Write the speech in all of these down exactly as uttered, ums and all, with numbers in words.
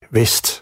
Vest.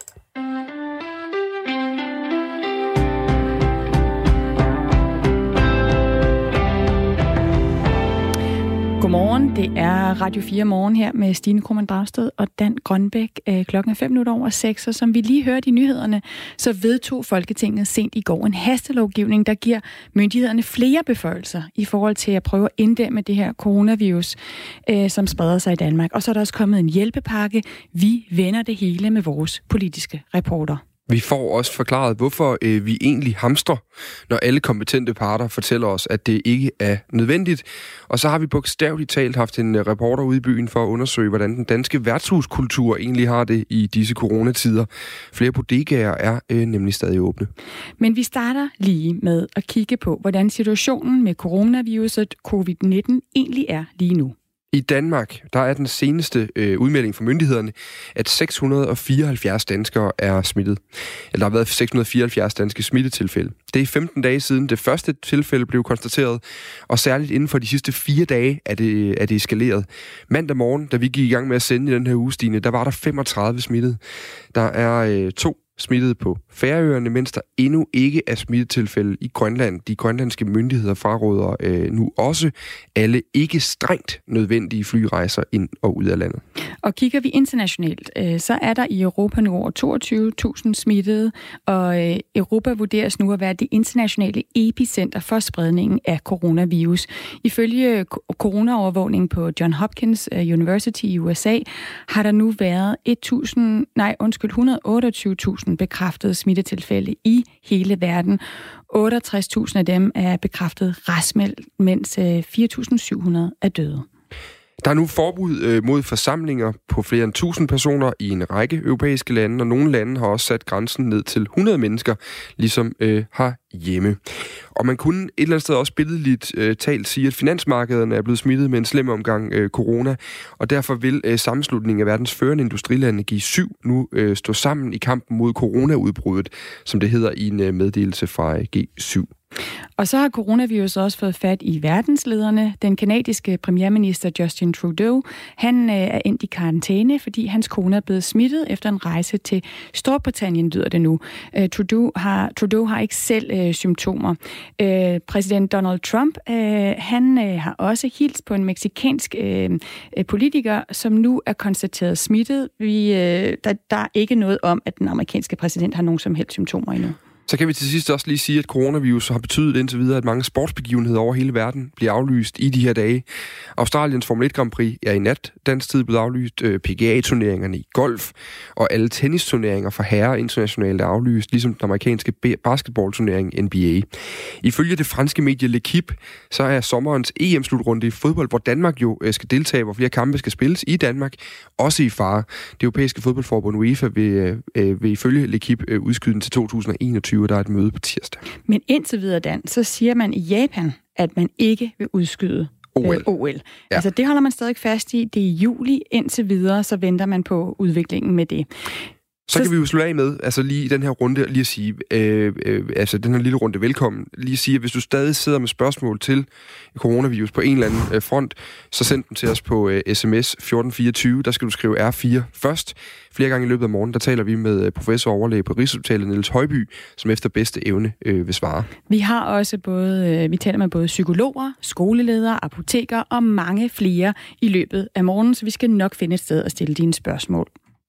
Godmorgen, det er Radio fire Morgen her med Stine Krohmann Dragsted og Dan Grønbæk. Klokken er fem minutter over seks, og som vi lige hørte i nyhederne, så vedtog Folketinget sent i går en hastelovgivning, der giver myndighederne flere beføjelser i forhold til at prøve at inddæmme det her coronavirus, øh, som spreder sig i Danmark. Og så er der også kommet en hjælpepakke. Vi vender det hele med vores politiske reporter. Vi får også forklaret, hvorfor øh, vi egentlig hamstrer, når alle kompetente parter fortæller os, at det ikke er nødvendigt. Og så har vi bogstaveligt talt haft en reporter ude i byen for at undersøge, hvordan den danske værtshuskultur egentlig har det i disse coronatider. Flere bodegaer er øh, nemlig stadig åbne. Men vi starter lige med at kigge på, hvordan situationen med coronaviruset covid nitten egentlig er lige nu. I Danmark, der er den seneste øh, udmelding fra myndighederne, at seks hundrede og fireoghalvfjerds danskere er smittet. Eller der har været seks hundrede og fireoghalvfjerds danske smittetilfælde. Det er femten dage siden det første tilfælde blev konstateret, og særligt inden for de sidste fire dage er det, er det eskaleret. Mandag morgen, da vi gik i gang med at sende i den her uge, Stine, der var der femogtredive smittet. Der er øh, to smittet på Færøerne, mens der endnu ikke er smittetilfælde i Grønland. De grønlandske myndigheder fraråder øh, nu også alle ikke strengt nødvendige flyrejser ind og ud af landet. Og kigger vi internationalt, øh, så er der i Europa nu over toogtyve tusind smittede, og øh, Europa vurderes nu at være det internationale epicenter for spredningen af coronavirus. Ifølge coronaovervågning på Johns Hopkins University i U S A har der nu været et tusind, nej, undskyld, et hundrede og otteogtyve tusind bekræftede smittetilfælde i hele verden. otteogtres tusind af dem er bekræftet raskmeldt, mens fire tusind syv hundrede er døde. Der er nu forbud øh, mod forsamlinger på flere end tusind personer i en række europæiske lande, og nogle lande har også sat grænsen ned til hundrede mennesker, ligesom øh, herhjemme. Og man kunne et eller andet sted også billedligt øh, talt sige, at finansmarkederne er blevet smittet med en slem omgang øh, corona, og derfor vil øh, sammenslutningen af verdens førende industrilande G syv nu øh, stå sammen i kampen mod coronaudbruddet, som det hedder i en øh, meddelelse fra øh, G syv. Og så har coronavirus også fået fat i verdenslederne. Den kanadiske premierminister Justin Trudeau, han øh, er endt i karantæne, fordi hans kone er blevet smittet efter en rejse til Storbritannien, lyder det nu. Øh, Trudeau, har, Trudeau har ikke selv øh, symptomer. Øh, præsident Donald Trump, øh, han øh, har også hilst på en mexikansk øh, politiker, som nu er konstateret smittet. Vi, øh, der, der er ikke noget om, at den amerikanske præsident har nogen som helst symptomer endnu. Så kan vi til sidst også lige sige, at coronavirus har betydet indtil videre, at mange sportsbegivenheder over hele verden bliver aflyst i de her dage. Australiens Formel et Grand Prix er i nat dansk tid blevet aflyst, P G A-turneringerne i golf, og alle tennisturneringer for herrer internationalt er aflyst, ligesom den amerikanske basketballturnering N B A. Ifølge det franske medie L'Equipe, så er sommerens E M-slutrunde i fodbold, hvor Danmark jo skal deltage, hvor flere kampe skal spilles i Danmark, også i fare. Det europæiske fodboldforbund UEFA vil, øh, vil ifølge L'Equipe udskyde den til to tusind og enogtyve. Der er et møde på tirsdag. Men indtil videre, Dan, så siger man i Japan, at man ikke vil udskyde O L. Øh, O L. Ja. Altså det holder man stadig fast i. Det er i juli. Indtil videre, så venter man på udviklingen med det. Så kan vi jo slutte af med, altså lige i den her runde, lige at sige, øh, øh, altså den her lille runde velkommen, lige at sige, at hvis du stadig sidder med spørgsmål til coronavirus på en eller anden øh, front, så send dem til os på øh, sms fjorten fireogtyve, der skal du skrive R fire først. Flere gange i løbet af morgenen, der taler vi med professor og overlæge på Rigshospitalet Niels Højby, som efter bedste evne øh, vil svare. Vi har også både, øh, vi taler med både psykologer, skoleledere, apotekere og mange flere i løbet af morgenen, så vi skal nok finde et sted at stille dine spørgsmål.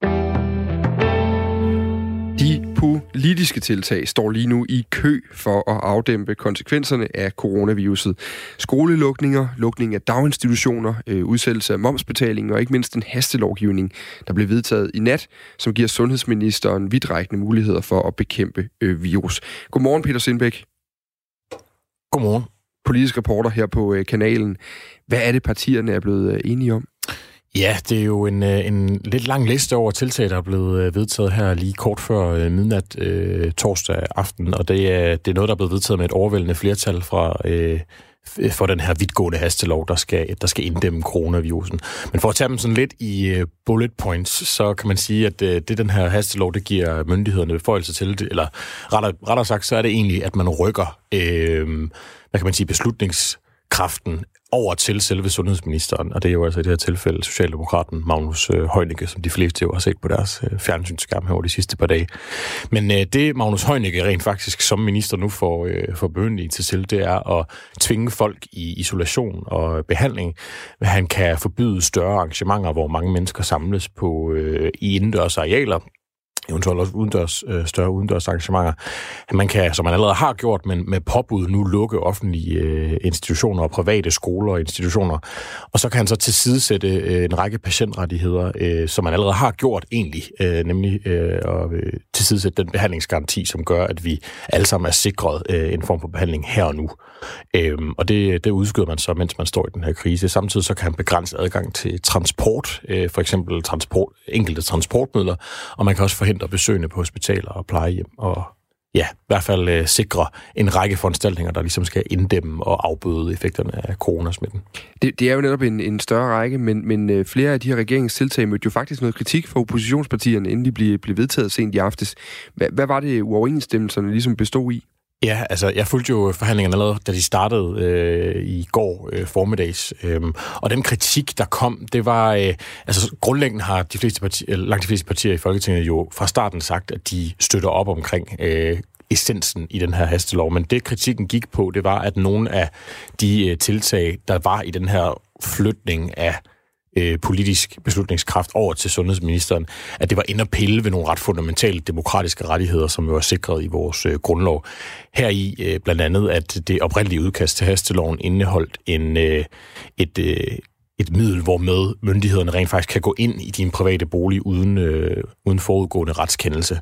De politiske tiltag står lige nu i kø for at afdæmpe konsekvenserne af coronaviruset. Skolelukninger, lukning af daginstitutioner, øh, udsættelse af momsbetaling og ikke mindst en hastelovgivning, der blev vedtaget i nat, som giver sundhedsministeren vidtrækkende muligheder for at bekæmpe øh, virus. Godmorgen, Peter Sindbæk. Godmorgen. Politisk reporter her på øh, kanalen. Hvad er det, partierne er blevet øh, enige om? Ja, det er jo en, en lidt lang liste over tiltag, der er blevet vedtaget her lige kort før midnat øh, torsdag aften, og det er, det er noget, der er blevet vedtaget med et overvældende flertal fra øh, for den her vidtgående hastelov, der skal, der skal inddæmme coronavirusen. Men for at tage dem sådan lidt i uh, bullet points, så kan man sige, at uh, det den her hastelov, det giver myndighederne beføjelse til, eller rettere, rettere sagt, så er det egentlig, at man rykker, øh, hvad kan man sige, beslutnings kraften over til selve sundhedsministeren, og det er jo altså i det her tilfælde Socialdemokraten Magnus øh, Heunicke, som de fleste jo har set på deres øh, fjernsynsskærm her over de sidste par dage. Men øh, det Magnus Heunicke rent faktisk som minister nu får, øh, får bemyndigelse til, det er at tvinge folk i isolation og behandling. Han kan forbyde større arrangementer, hvor mange mennesker samles på øh, i indendørs arealer, eventuelt også udendørs, øh, større udendørs arrangementer. Man kan, som man allerede har gjort, men med påbud nu lukke offentlige øh, institutioner og private skoler og institutioner. Og så kan han så tilsidesætte øh, en række patientrettigheder, øh, som man allerede har gjort egentlig, øh, nemlig øh, at øh, tilsidesætte den behandlingsgaranti, som gør, at vi alle sammen er sikret øh, en form for behandling her og nu. Øhm, og det, det udskyder man så, mens man står i den her krise. Samtidig så kan han begrænse adgang til transport, øh, for eksempel transport, enkelte transportmidler, og man kan også forhindre besøgende på hospitaler og plejehjem, og ja, i hvert fald øh, sikre en række foranstaltninger, der ligesom skal inddæmme og afbøde effekterne af coronasmitten. Det, det er jo netop en, en større række, men, men øh, flere af de her regeringstiltag mødte jo faktisk noget kritik fra oppositionspartierne, inden de blev, blev vedtaget sent i aftes. Hvad, hvad var det uoverensstemmelserne ligesom bestod i? Ja, altså jeg fulgte jo forhandlingerne allerede, da de startede øh, i går øh, formiddags. Øh, og den kritik, der kom, det var... Øh, altså grundlæggende har de fleste partier, langt de fleste partier i Folketinget jo fra starten sagt, at de støtter op omkring øh, essensen i den her hastelov. Men det kritikken gik på, det var, at nogle af de øh, tiltag, der var i den her flytning af politisk beslutningskraft over til sundhedsministeren, at det var inde at pille ved nogle ret fundamentale demokratiske rettigheder, som jo er sikret i vores øh, grundlov. Heri øh, blandt andet, at det oprindelige udkast til hasteloven indeholdt en, øh, et, øh, et middel, hvormed myndighederne rent faktisk kan gå ind i din private bolig uden, øh, uden forudgående retskendelse.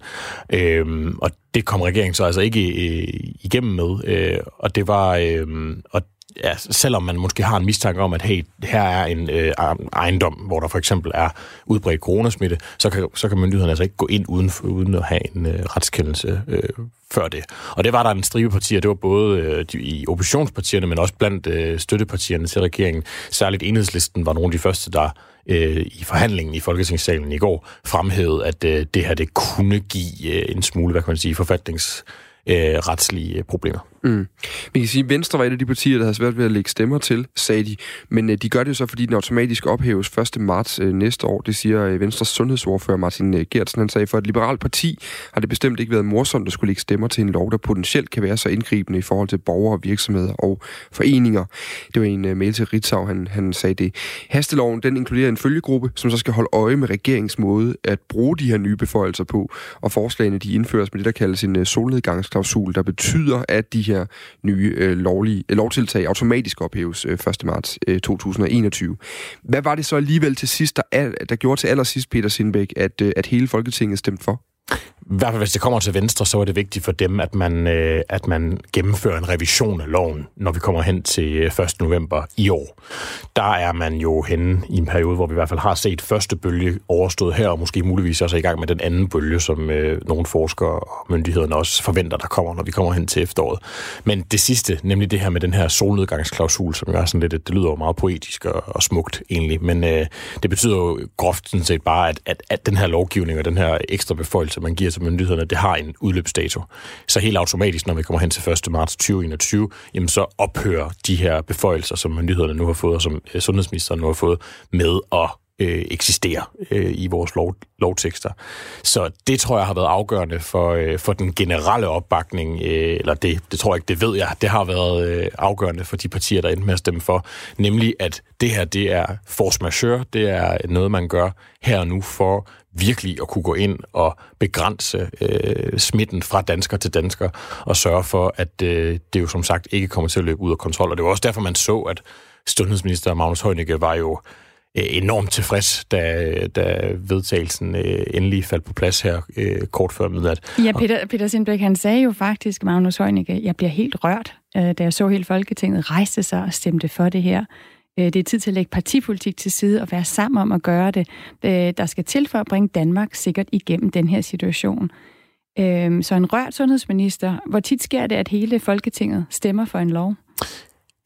Øh, og det kom regeringen så altså ikke øh, igennem med, øh, og det var... Øh, og Ja, selvom man måske har en mistanke om, at hey, her er en øh, ejendom, hvor der for eksempel er udbredt coronasmitte, så kan, så kan myndighederne altså ikke gå ind uden, uden at have en øh, retskendelse øh, før det. Og det var der en stribe partier, det var både øh, de, i oppositionspartierne, men også blandt øh, støttepartierne til regeringen. Særligt Enhedslisten var nogle af de første, der øh, i forhandlingen i Folketingssalen i går fremhævede, at øh, det her det kunne give øh, en smule, hvad kan man sige, forfatnings Øh, retslige problemer. Mm. Vi kan sige, at Venstre var et af de partier, der havde svært ved at lægge stemmer til, sagde de. Men øh, de gør det jo så, fordi den automatisk ophæves første marts øh, næste år. Det siger øh, Venstres sundhedsordfører Martin øh, Geertsen. Han sagde, for et liberalt parti har det bestemt ikke været morsomt at skulle lægge stemmer til en lov, der potentielt kan være så indgribende i forhold til borgere, virksomheder og foreninger. Det var en øh, mail til Ritzau, han, han sagde det. Hasteloven, den inkluderer en følgegruppe, som så skal holde øje med regeringens måde at bruge de her nye beføjelser på. Og forslagene, de indføres med det, der kaldes en øh, solnedgangsklausul, der betyder, at de her nye øh, lovlige, øh, lovtiltag automatisk ophæves øh, første marts øh, to tusind og enogtyve. Hvad var det så alligevel til sidst, der, der gjorde til allersidst, Peter Sindbæk, at, øh, at hele Folketinget stemte for? I hvert fald, hvis det kommer til Venstre, så er det vigtigt for dem, at man, øh, at man gennemfører en revision af loven, når vi kommer hen til første november i år. Der er man jo henne i en periode, hvor vi i hvert fald har set første bølge overstået her, og måske muligvis også er i gang med den anden bølge, som øh, nogle forskere og myndighederne også forventer, der kommer, når vi kommer hen til efteråret. Men det sidste, nemlig det her med den her solnedgangsklausul, som jo er sådan lidt, det lyder jo meget poetisk og, og smukt egentlig, men øh, det betyder jo groft sådan set bare, at, at, at den her lovgivning og den her ekstra beføjelse, man giver til myndighederne, det har en udløbsdato. Så helt automatisk, når vi kommer hen til første marts to tusind og enogtyve, jamen så ophører de her beføjelser, som myndighederne nu har fået, og som øh, sundhedsministeren nu har fået, med at øh, eksistere øh, i vores lov, lovtekster. Så det tror jeg har været afgørende for, øh, for den generelle opbakning, øh, eller det, det tror jeg ikke, det ved jeg, det har været øh, afgørende for de partier, der endte med at stemme for, nemlig at det her, det er force majeure, det er noget, man gør her og nu for virkelig at kunne gå ind og begrænse øh, smitten fra dansker til dansker og sørge for, at øh, det jo som sagt ikke kommer til at løbe ud af kontrol. Og det var også derfor, man så, at sundhedsminister Magnus Heunicke var jo øh, enormt tilfreds, da, da vedtagelsen øh, endelig faldt på plads her øh, kort før midnat. Ja, Peter, Peter Sindbæk, han sagde jo faktisk, Magnus Heunicke, jeg bliver helt rørt, øh, da jeg så hele Folketinget rejste sig og stemte for det her. Det er tid til at lægge partipolitik til side og være sammen om at gøre det, der skal til for at bringe Danmark sikkert igennem den her situation. Så en rørt sundhedsminister, hvor tit sker det, at hele Folketinget stemmer for en lov?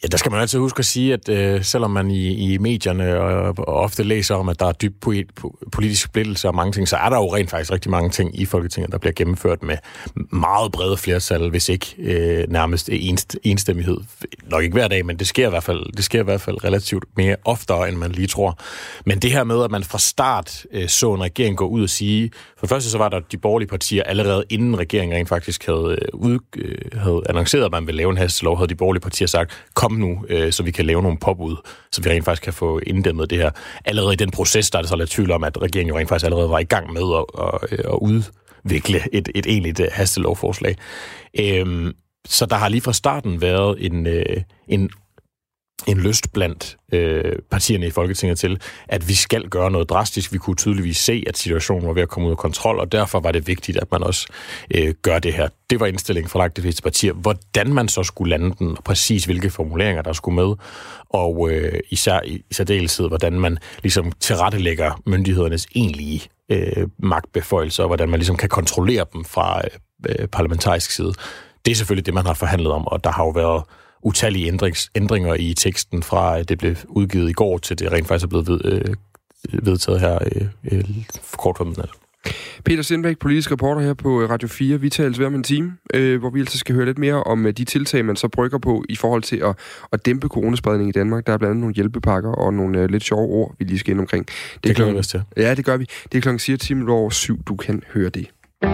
Ja, der skal man altid huske at sige, at øh, selvom man i, i medierne og, og ofte læser om, at der er dyb politisk splittelse og mange ting, så er der jo rent faktisk rigtig mange ting i Folketinget, der bliver gennemført med meget brede flertal, hvis ikke øh, nærmest enst, enstemmighed. Nok ikke hver dag, men det sker, i hvert fald, det sker i hvert fald relativt mere oftere, end man lige tror. Men det her med, at man fra start øh, så en regering gå ud og sige, for det første så var der de borgerlige partier allerede inden regeringen rent faktisk havde, ud, øh, havde annonceret, at man ville lave en hastelov, havde de borgerlige partier sagt, kom nu, øh, så vi kan lave nogle påbud, så vi rent faktisk kan få inddæmmet det her. Allerede i den proces, der er det så lidt tvivl om, at regeringen jo rent faktisk allerede var i gang med at, at, at udvikle et, et egentligt hastelovforslag. Øhm, så der har lige fra starten været en, øh, en, en lyst blandt øh, partierne i Folketinget til, at vi skal gøre noget drastisk. Vi kunne tydeligvis se, at situationen var ved at komme ud af kontrol, og derfor var det vigtigt, at man også øh, gør det her. Det var indstillingen fra langt de fleste partier. Hvordan man så skulle lande den, og præcis hvilke formuleringer, der skulle med, og øh, især i særdeleshed, hvordan man ligesom tilrettelægger myndighedernes egentlige øh, magtbeføjelser, og hvordan man ligesom kan kontrollere dem fra øh, parlamentarisk side. Det er selvfølgelig det, man har forhandlet om, og der har jo været utallige ændrings, ændringer i teksten fra, at det blev udgivet i går, til det rent faktisk er blevet ved, øh, vedtaget her øh, øh, for kort for midnat. Peter Sindbæk, politisk reporter her på Radio fire. Vi tales hver om en time, øh, hvor vi altså skal høre lidt mere om de tiltag, man så brygger på i forhold til at, at dæmpe coronaspredning i Danmark. Der er blandt andet nogle hjælpepakker og nogle øh, lidt sjove ord, vi lige skal ind omkring. Det, det glæder vi os til. Ja, det gør vi. Det er klokken siger time over syv. Du kan høre det.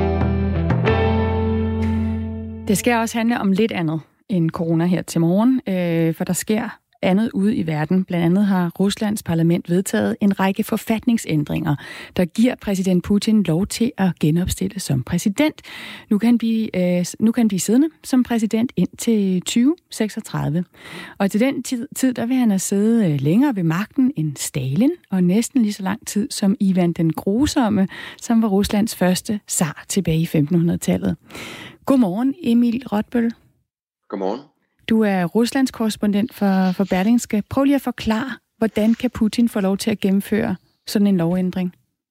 Det skal også handle om lidt andet end corona her til morgen, øh, for der sker andet ude i verden. Blandt andet har Ruslands parlament vedtaget en række forfatningsændringer, der giver præsident Putin lov til at genopstille som præsident. Nu kan han blive, øh, nu kan han blive siddende som præsident indtil tyve seksogtredive. Og til den tid, tid der vil han have siddet længere ved magten end Stalin, og næsten lige så lang tid som Ivan den Grusomme, som var Ruslands første zar tilbage i femtenhundredetallet. Godmorgen, Emil Rotbøl. Godmorgen. Du er Ruslands korrespondent for, for Berlingske. Prøv lige at forklare, hvordan kan Putin få lov til at gennemføre sådan en lovændring?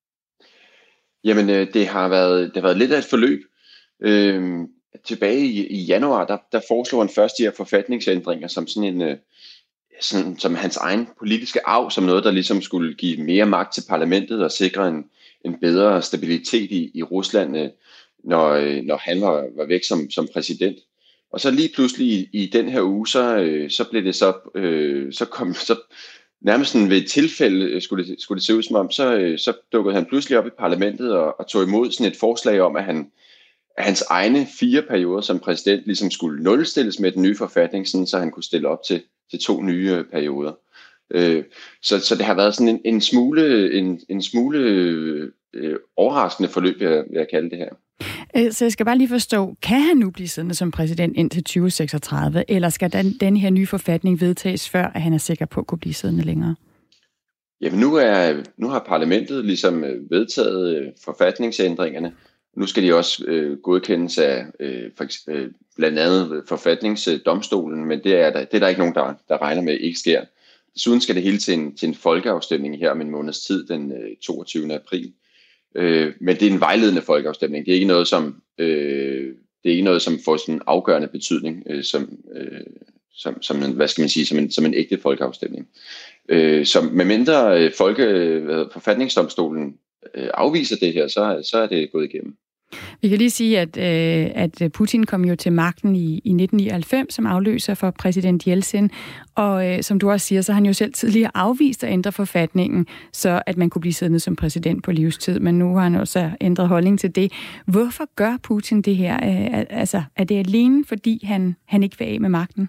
Jamen, det har været, det har været lidt af et forløb. Øhm, tilbage i, i januar, der, der foreslog han først de her forfatningsændringer som sådan en, sådan, som hans egen politiske arv, som noget, der ligesom skulle give mere magt til parlamentet og sikre en, en bedre stabilitet i, i Rusland, når, når han var, var væk som, som præsident. Og så lige pludselig i, i den her uge, så, øh, så blev det så, øh, så kom så nærmest sådan ved et tilfælde, skulle det, skulle det se ud som om, så, øh, så dukkede han pludselig op i parlamentet og, og tog imod sådan et forslag om, at, han, at hans egne fire perioder som præsident ligesom skulle nulstilles med den nye forfatning, sådan, så han kunne stille op til, til to nye øh, perioder. Øh, så, så det har været sådan en, en smule, en, en smule øh, overraskende forløb, vil jeg, vil jeg kalde det her. Så jeg skal bare lige forstå, kan han nu blive siddende som præsident indtil tyve seksogtredive, eller skal den, den her nye forfatning vedtages, før at han er sikker på at kunne blive siddende længere? Jamen nu, er, nu har parlamentet ligesom vedtaget forfatningsændringerne. Nu skal de også øh, godkendes af øh, for eksempel, øh, blandt andet forfatningsdomstolen, men det er, der, det er der ikke nogen, der, der regner med ikke sker. Desuden skal det hele til en, til en folkeafstemning her om en måneds tid, den øh, toogtyvende april. Øh, men det er en vejledende folkeafstemning. Det er ikke noget, som øh, det er ikke noget, som får sådan en afgørende betydning, øh, som, øh, som, som en, hvad skal man sige, som en, som en ægte folkeafstemning. Øh, så medmindre øh, folke, øh, forfatningsdomstolen øh, afviser det her, så, så er det gået igennem. Vi kan lige sige, at, øh, at Putin kom jo til magten i, i nitten nioghalvfems som afløser for præsident Jeltsin, og øh, som du også siger, så har han jo selv tidligere afvist at ændre forfatningen, så at man kunne blive siddende som præsident på livstid, men nu har han også ændret holdning til det. Hvorfor gør Putin det her? Øh, altså, er det alene, fordi han, han ikke vil af med magten?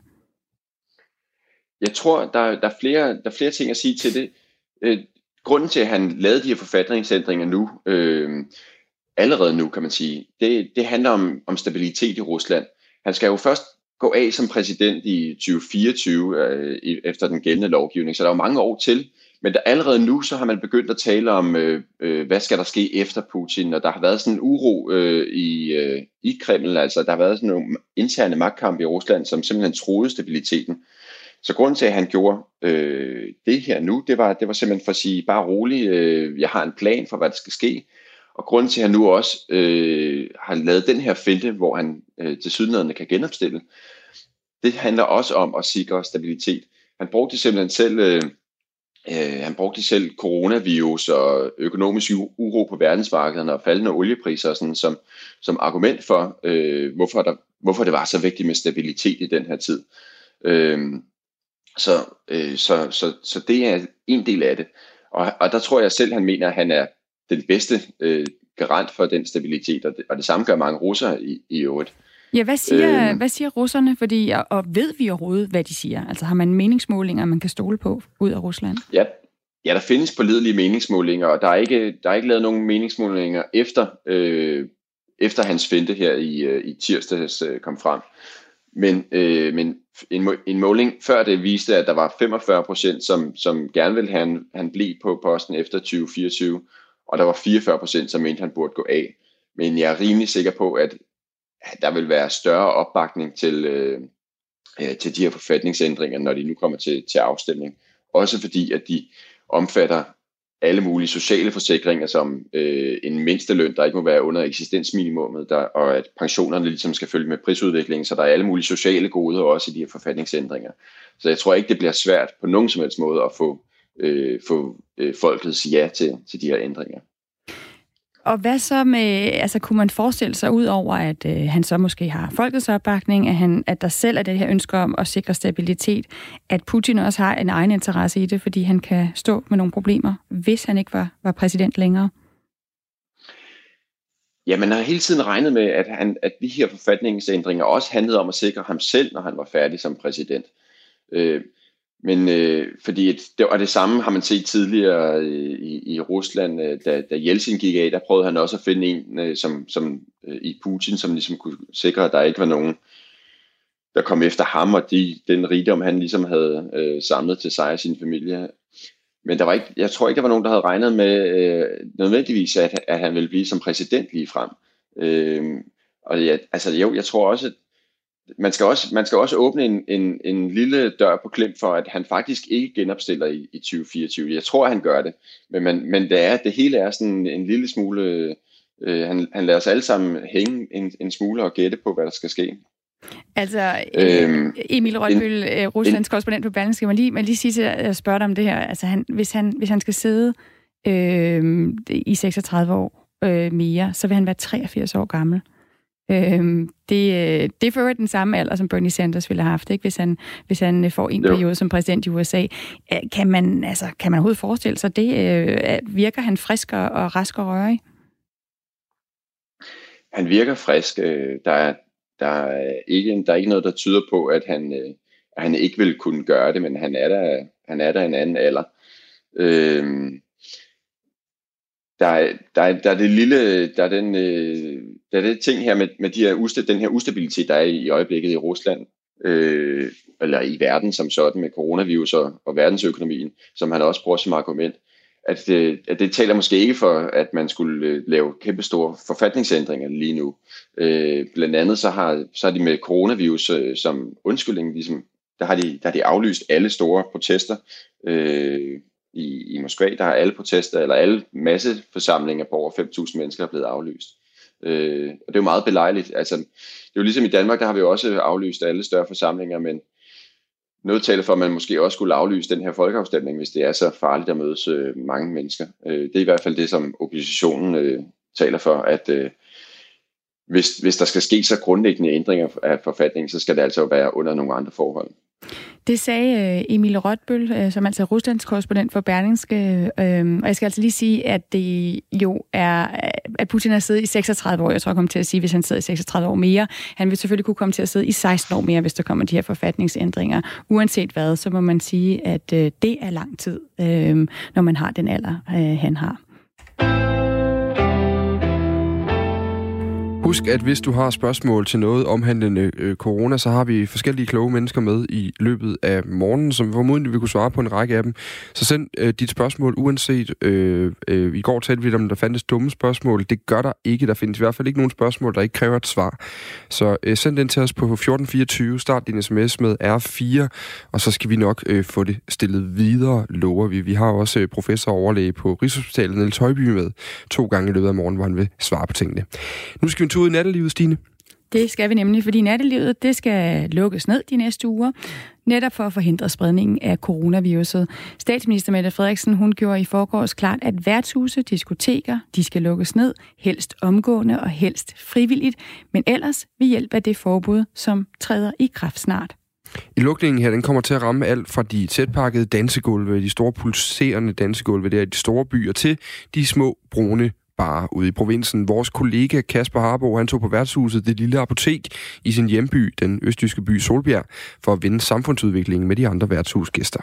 Jeg tror, der, der, er flere, der er flere ting at sige til det. Øh, grunden til, at han lavede de her forfatningsændringer nu, øh, allerede nu, kan man sige, det, det handler om, om stabilitet i Rusland. Han skal jo først gå af som præsident i tyve fireogtyve øh, efter den gældende lovgivning, så der er jo mange år til. Men der, allerede nu, så har man begyndt at tale om, øh, øh, hvad skal der ske efter Putin, og der har været sådan en uro øh, i, øh, i Kreml, altså der har været sådan nogle interne magtkampe i Rusland, som simpelthen troede stabiliteten. Så grunden til, at han gjorde øh, det her nu, det var, det var simpelthen for at sige, bare rolig, øh, jeg har en plan for, hvad der skal ske. Og grunden til, at han nu også øh, har lavet den her finte, hvor han øh, tilsyneladende kan genopstille, det det handler også om at sikre stabilitet. Han brugte simpelthen selv, øh, øh, han brugte selv coronavirus og økonomisk uro på verdensmarkederne og faldende oliepriser sådan, som, som argument for, øh, hvorfor, der, hvorfor det var så vigtigt med stabilitet i den her tid. Øh, så, øh, så, så, så det er en del af det. Og, og der tror jeg selv, han mener, at han er den bedste øh, garant for den stabilitet, og det, og det samme gør mange russere i, i øvrigt. Ja, hvad siger, øhm, hvad siger russerne? Fordi, og, og ved vi overhovedet, hvad de siger? Altså har man meningsmålinger, man kan stole på ud af Rusland? Ja, ja, der findes pålidelige meningsmålinger, og der er ikke, der er ikke lavet nogen meningsmålinger efter, øh, efter hans finte her i, øh, i tirsdags øh, kom frem. Men, øh, men en, en måling før det viste, at der var femogfyrre procent, som, som gerne ville have han, han blev på posten efter tyve fireogtyve, og der var fireogfyrre procent, som mente, han burde gå af. Men jeg er rimelig sikker på, at der vil være større opbakning til, øh, til de her forfatningsændringer, når de nu kommer til, til afstemning. Også fordi, at de omfatter alle mulige sociale forsikringer, som øh, en mindsteløn, der ikke må være under eksistensminimummet, der, og at pensionerne ligesom skal følge med prisudviklingen, så der er alle mulige sociale goder også i de her forfatningsændringer. Så jeg tror ikke, det bliver svært på nogen som helst måde at få, øh, få øh, folkets ja til, til de her ændringer. Og hvad så med, altså kunne man forestille sig ud over, at øh, han så måske har folkets opbakning, at, han, at der selv er det her ønske om at sikre stabilitet, at Putin også har en egen interesse i det, fordi han kan stå med nogle problemer, hvis han ikke var, var præsident længere? Ja, man har hele tiden regnet med, at, han, at de her forfatningsændringer også handlede om at sikre ham selv, når han var færdig som præsident. Øh, Men øh, fordi et, det var det samme har man set tidligere øh, i, i Rusland, øh, da, da Jeltsin gik af, der prøvede han også at finde en øh, som, som øh, i Putin, som ligesom kunne sikre, at der ikke var nogen, der kom efter ham, og de, den rigdom, han ligesom havde øh, samlet til sig og sin familie. Men der var ikke, jeg tror ikke, der var nogen, der havde regnet med øh, nødvendigvis, at, at han ville blive som præsident lige frem. Øh, og ja, altså jo, jeg tror også, at Man skal også, man skal også åbne en, en, en lille dør på klem for, at han faktisk ikke genopstiller i, i tyve fireogtyve. Jeg tror, han gør det, men, man, men det, er, det hele er sådan en lille smule... Øh, han, han lader os alle sammen hænge en, en smule og gætte på, hvad der skal ske. Altså, øhm, Emil Rødbøl, en, Ruslands en, korrespondent på Berlingske, skal man lige, man lige sige til at spørge dig om det her. Altså, han, hvis, han, hvis han skal sidde øh, i seksogtredive år øh, mere, så vil han være treogfirs år gammel. Øhm, det, det er for øvrigt den samme alder, som Bernie Sanders ville have haft, ikke? Hvis han, hvis han får en jo. periode som præsident i U S A. Kan man, altså, kan man overhovedet forestille sig det? Virker han frisk og rask og rørig? Han virker frisk. Der er, der, er ikke, der er ikke noget, der tyder på, at han, at han ikke vil kunne gøre det, men han er der, han er der en anden alder. Øhm, Der, der, der er det lille, der er den, øh, der er det ting her med, med de her usta, den her ustabilitet, der er i øjeblikket i Rusland, øh, eller i verden som sådan med coronavirus og, og verdensøkonomien, som han også bruger som argument, at, øh, at det taler måske ikke for, at man skulle øh, lave kæmpestore forfatningsændringer lige nu. Øh, blandt andet så har, så har de med coronavirus øh, som undskyldning, ligesom, der har de, der har de aflyst alle store protester, øh, I, i Moskva, der har alle protester, eller alle masseforsamlinger på over fem tusind mennesker er blevet aflyst. Øh, og det er jo meget belejligt. Altså, det er jo ligesom i Danmark, der har vi jo også aflyst alle større forsamlinger, men noget taler for, at man måske også skulle aflyse den her folkeafstemning, hvis det er så farligt at mødes øh, mange mennesker. Øh, det er i hvert fald det, som oppositionen øh, taler for, at øh, hvis, hvis der skal ske så grundlæggende ændringer af forfatningen, så skal det altså være under nogle andre forhold. Det sagde Emil Rødbøl, som altså er Ruslands korrespondent for Berlingske. Og jeg skal altså lige sige, at det jo er, at Putin har siddet i seksogtredive år. Jeg tror, jeg kommer til at sige, hvis han sidder i seksogtredive år mere. Han vil selvfølgelig kunne komme til at sidde i seksten år mere, hvis der kommer de her forfatningsændringer. Uanset hvad, så må man sige, at det er lang tid, når man har den alder, han har. Husk, at hvis du har spørgsmål til noget omhandlende øh, corona, så har vi forskellige kloge mennesker med i løbet af morgenen, som formodentlig vil kunne svare på en række af dem. Så send øh, dit spørgsmål uanset. Øh, øh, I går talte vi om, der fandtes dumme spørgsmål. Det gør der ikke. Der findes i hvert fald ikke nogen spørgsmål, der ikke kræver et svar. Så øh, send den til os på fjorten fireogtyve. Start din sms med R fire, og så skal vi nok øh, få det stillet videre, lover vi. Vi har også øh, professor og overlæge på Rigshospitalet, Niels Højby, med to gange i løbet af morgenen, hvor han vil svare på tingene. Nu skal vi en tur ud i nattelivet, Stine. Det skal vi nemlig, fordi nattelivet det skal lukkes ned de næste uger, netop for at forhindre spredningen af coronaviruset. Statsminister Mette Frederiksen hun gjorde i forgårs klart, at værtshuse, diskoteker, de skal lukkes ned, helst omgående og helst frivilligt, men ellers ved hjælp af det forbud, som træder i kraft snart. I lukningen her, den kommer til at ramme alt fra de tætpakkede dansegulve, de store pulserende dansegulve der i de store byer, til de små brune barer ude i provinsen. Vores kollega Kasper Harbo, han tog på værtshuset Det Lille Apotek i sin hjemby, den østjyske by Solbjerg, for at vende samfundsudviklingen med de andre værtshusgæster.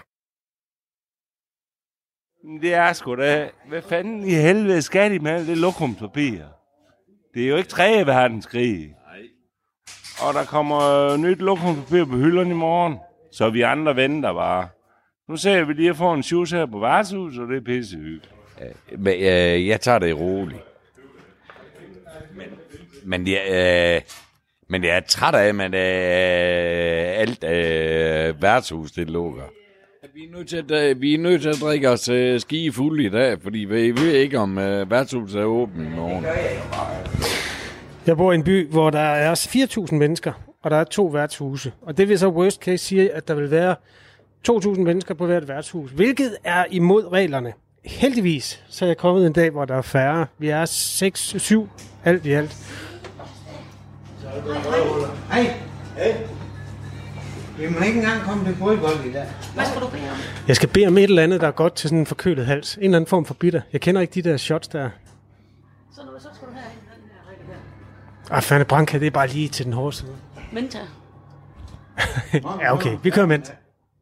Det er sgu da. Hvad fanden i helvede skal de med alt det lokumspapir? Det er jo ikke tredje verdenskrig. Og der kommer nyt lokumspapir på hylderne i morgen, så vi andre venter bare. Nu ser vi lige at få en shoes her på værtshus, og det er pissehyggeligt. Men øh, jeg tager det roligt. Men, men, jeg, øh, men jeg er træt af, at øh, alt øh, værtshus det lukker. Vi er nødt til at, vi er nødt til at drikke os øh, ski fuld i dag, fordi vi ved ikke, om øh, værtshuset er åbent i morgen. Jeg bor i en by, hvor der er fire tusind mennesker, og der er to værtshuse. Og det vil så worst case sige, at der vil være to tusind mennesker på hvert værtshus, hvilket er imod reglerne. Heldigvis så er jeg kommet en dag, hvor der er færre. Vi er seks syv alt i alt. Hej. Hej. Vi må ikke engang komme til fodbold i dag. Hvad skal du bede om? Jeg skal bede om et eller andet, der er godt til sådan en forkølet hals. En eller anden form for bitter. Jeg kender ikke de der shots der. Så, nu, så skal du have den her række der. Ah, fanden branca, det er bare lige til den hårde side. Menta. Ja, okay. Vi kører Menta.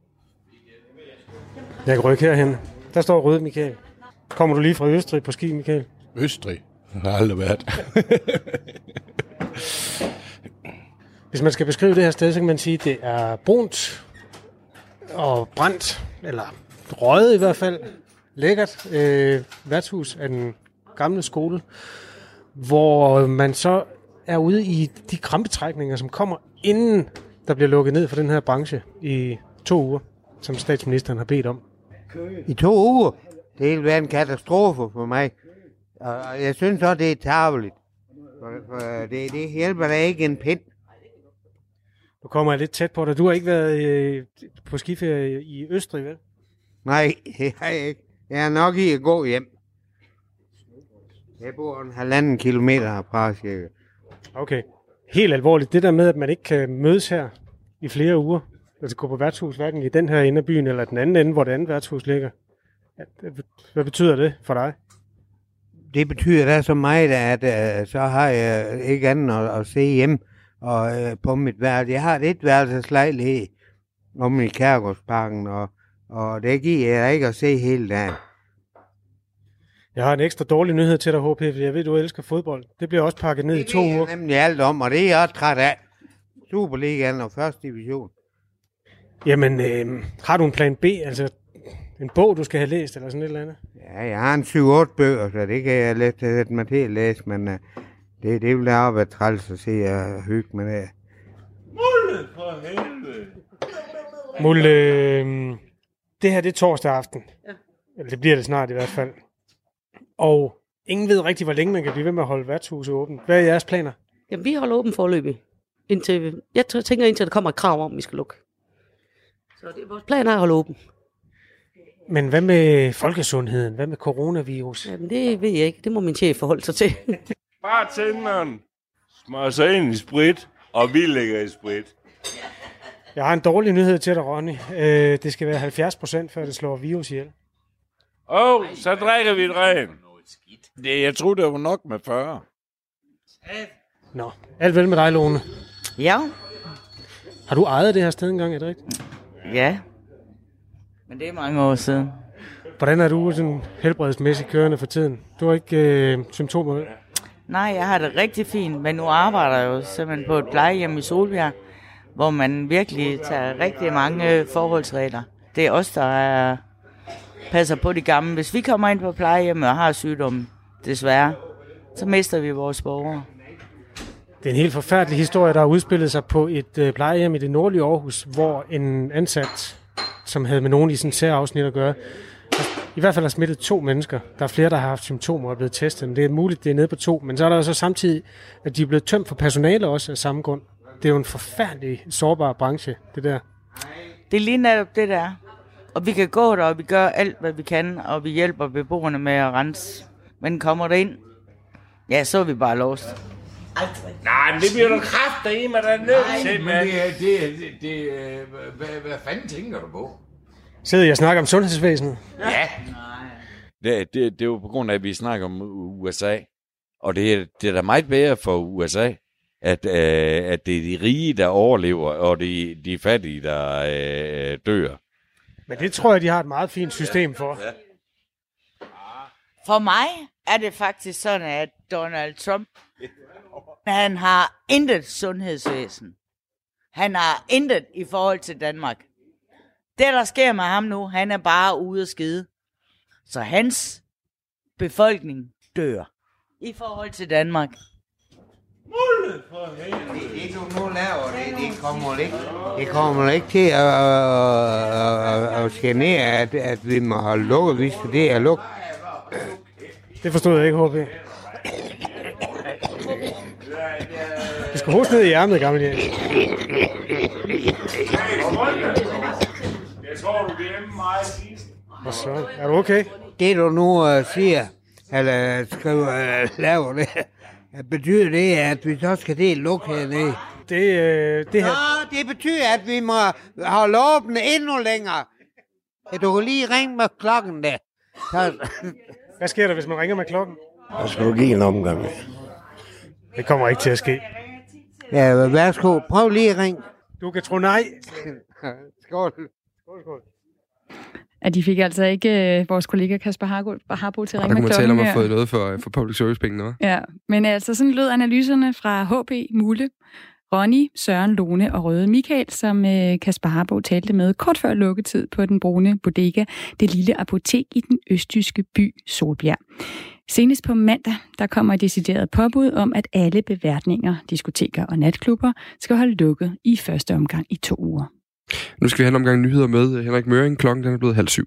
Jeg kan rykke herhen. Der står Røde Michael. Kommer du lige fra Østrig på ski, Michael? Østrig? Jeg har aldrig været. Hvis man skal beskrive det her sted, så kan man sige, at det er brunt og brændt, eller røget i hvert fald. Lækkert øh, værtshus af den gamle skole, hvor man så er ude i de krampetrækninger, som kommer inden der bliver lukket ned for den her branche i to uger, som statsministeren har bedt om. I to uger? Det vil være en katastrofe for mig. Og jeg synes også, det er tarveligt. For, for det, det hjælper da ikke en pind. Nu kommer jeg lidt tæt på dig. Du har ikke været øh, på skiferie i Østrig, vel? Nej, det har jeg ikke. Jeg er nok i at gå hjem. Jeg bor en halvanden kilometer herfra, cirka. Okay. Helt alvorligt. Det der med, at man ikke kan mødes her i flere uger, altså gå på værtshus, hverken i den her ende af byen, eller den anden ende, hvor det andet værtshus ligger. Hvad betyder det for dig? Det betyder da så meget, at uh, så har jeg ikke andet at, at se hjem og, uh, på mit værelse. Jeg har et værelseslejlighed om i Kærgårdsparken, og, og det giver jeg ikke at se hele dagen. Jeg har en ekstra dårlig nyhed til dig, H P, for jeg ved, du elsker fodbold. Det bliver også pakket ned det i to uger. Det er nemlig alt om, og det er jeg også træt af. Superligaen og første division. Jamen, øh, har du en plan B, altså en bog, du skal have læst, eller sådan et eller andet? Ja, jeg har en syv otte bøger, så det kan jeg let sætte mig til at læse, men uh, det, det vil da også være træls at se og hygge med det. Mulle for helvede! Mulle, øh, det her det er torsdag aften. Ja. Eller det bliver det snart i hvert fald. Og ingen ved rigtig, hvor længe man kan blive ved med at holde værtshuset åbent. Hvad er jeres planer? Jamen, vi holder åben forløbig. Indtil, jeg tænker indtil, der kommer et krav om, vi skal lukke. Så det er vores plan er at holde åben. Men hvad med folkesundheden? Hvad med coronavirus? Jamen, det ved jeg ikke. Det må min chef forholde sig til. Bare tænderen. Smør sig ind i sprit, og vi lægger i sprit. Jeg har en dårlig nyhed til dig, Ronny. Øh, det skal være halvfjerds procent, før det slår virus ihjel. Åh, oh, så drikker vi et ren. Det, jeg troede, det var nok med fyrre. Nå, alt vel med dig, Lone. Ja. Har du ejet det her sted engang, er det rigtigt? Ja. Men det er mange år siden. Hvordan er du sådan helbredsmæssigt kørende for tiden? Du har ikke øh, symptomer, vel? Nej, jeg har det rigtig fint, men nu arbejder jeg jo simpelthen på et plejehjem i Solbjerg, hvor man virkelig tager rigtig mange forholdsregler. Det er os, der er, passer på de gamle. Hvis vi kommer ind på plejehjem og har sygdom, desværre, så mister vi vores borgere. Det er en helt forfærdelig historie, der har udspillet sig på et øh, plejehjem i det nordlige Aarhus, hvor en ansat, som havde med nogen i sådan et særafsnit at gøre, i hvert fald har smittet to mennesker. Der er flere, der har haft symptomer og er blevet testet, men det er muligt, det er nede på to. Men så er der jo så samtidig, at de er blevet tømt for personale også af samme grund. Det er jo en forfærdelig sårbar branche, det der. Det er lige netop det der. Og vi kan gå der, og vi gør alt, hvad vi kan, og vi hjælper beboerne med at rense. Men kommer der ind, ja, så er vi bare låst. Nej, men det bliver du kraftigt i mig, der er nødt til, men det, det, det, det, hvad, hvad fanden tænker du på? Sidder jeg og snakker om sundhedsvæsenet? Ja. Det, det, det er jo på grund af, at vi snakker om U S A. Og det er, det er da meget bedre for U S A, at, øh, at det er de rige, der overlever, og de, de fattige, der øh, dør. Men det tror jeg, de har et meget fint system for. Ja. For mig er det faktisk sådan, at Donald Trump, han har intet sundhedsvæsen. Han har intet i forhold til Danmark. Det, der sker med ham nu, han er bare ude at skide. Så hans befolkning dør i forhold til Danmark. Det, det du nu laver, det, det kommer ikke, det kommer ikke til at, at, at, at genere, at, at vi må holde lukket, hvis det er lukket. Det forstod jeg ikke, H P. Vi skal hoste ned i ærmet, gamle Jens. Jeg tror, du glemmer mig sidst. Hvad så? Er du okay? Det du nu uh, siger, eller skriver, uh, laver det, betyder det, at vi så skal det lukke hernede? Det, øh, det her... Nå, det betyder, at vi må holde åbne endnu længere. Ja, du kan lige ringe med klokken der. Så... Hvad sker der, hvis man ringer med klokken? Så skal du give en omgang. Det kommer ikke til at ske. Ja, værsgo. Prøv lige at ringe. Du kan tro nej. Skål. Skål, skål. At de fik altså ikke øh, vores kollega Kasper Harbo, Harbo til at ringe med klokken. Der kunne man tale om at have fået noget for, for public service-pengene, hva'? Ja, men altså sådan lød analyserne fra H P, Mulle, Ronny, Søren, Lone og Røde Michael, som øh, Kasper Harbo talte med kort før lukketid på den brune bodega, det lille apotek i den østjyske by Solbjerg. Senest på mandag, der kommer et decideret påbud om, at alle beværtninger, diskoteker og natklubber skal holde lukket i første omgang i to uger. Nu skal vi have en omgang nyheder med Henrik Møring. Klokken den er blevet halv syv.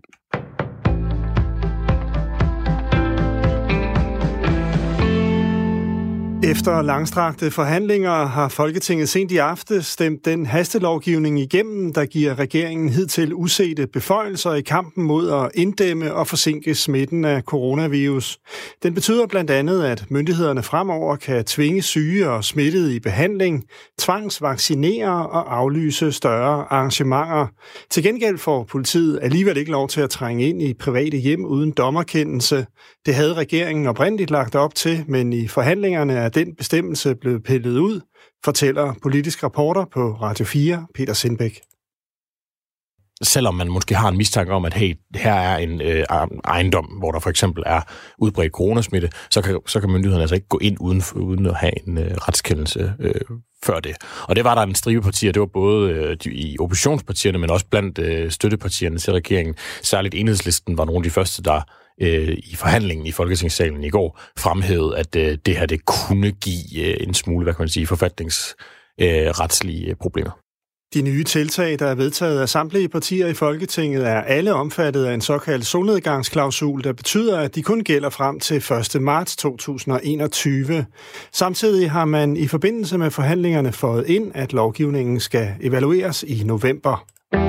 Efter langstrakte forhandlinger har Folketinget sent i aften stemt den hastelovgivning igennem, der giver regeringen hidtil usete beføjelser i kampen mod at inddæmme og forsinke smitten af coronavirus. Den betyder blandt andet, at myndighederne fremover kan tvinge syge og smittede i behandling, tvangsvaccinere og aflyse større arrangementer. Til gengæld får politiet alligevel ikke lov til at trænge ind i private hjem uden dommerkendelse. Det havde regeringen oprindeligt lagt op til, men i forhandlingerne er den bestemmelse blevet pillet ud, fortæller politisk reporter på Radio fire, Peter Sindbæk. Selvom man måske har en mistanke om, at hey, her er en øh, ejendom, hvor der for eksempel er udbredt coronasmitte, så kan, så kan myndighederne altså ikke gå ind uden, uden at have en øh, retskendelse øh, før det. Og det var der en stribe partier, det var både øh, de, i oppositionspartierne, men også blandt øh, støttepartierne til regeringen. Særligt Enhedslisten var nogle af de første, der øh, i forhandlingen i Folketingssalen i går fremhævede, at øh, det her det kunne give øh, en smule, hvad kan man sige, forfatningsretslige øh, problemer. De nye tiltag, der er vedtaget af samtlige partier i Folketinget, er alle omfattet af en såkaldt solnedgangsklausul, der betyder, at de kun gælder frem til første marts to tusind og enogtyve. Samtidig har man i forbindelse med forhandlingerne fået ind, at lovgivningen skal evalueres i november.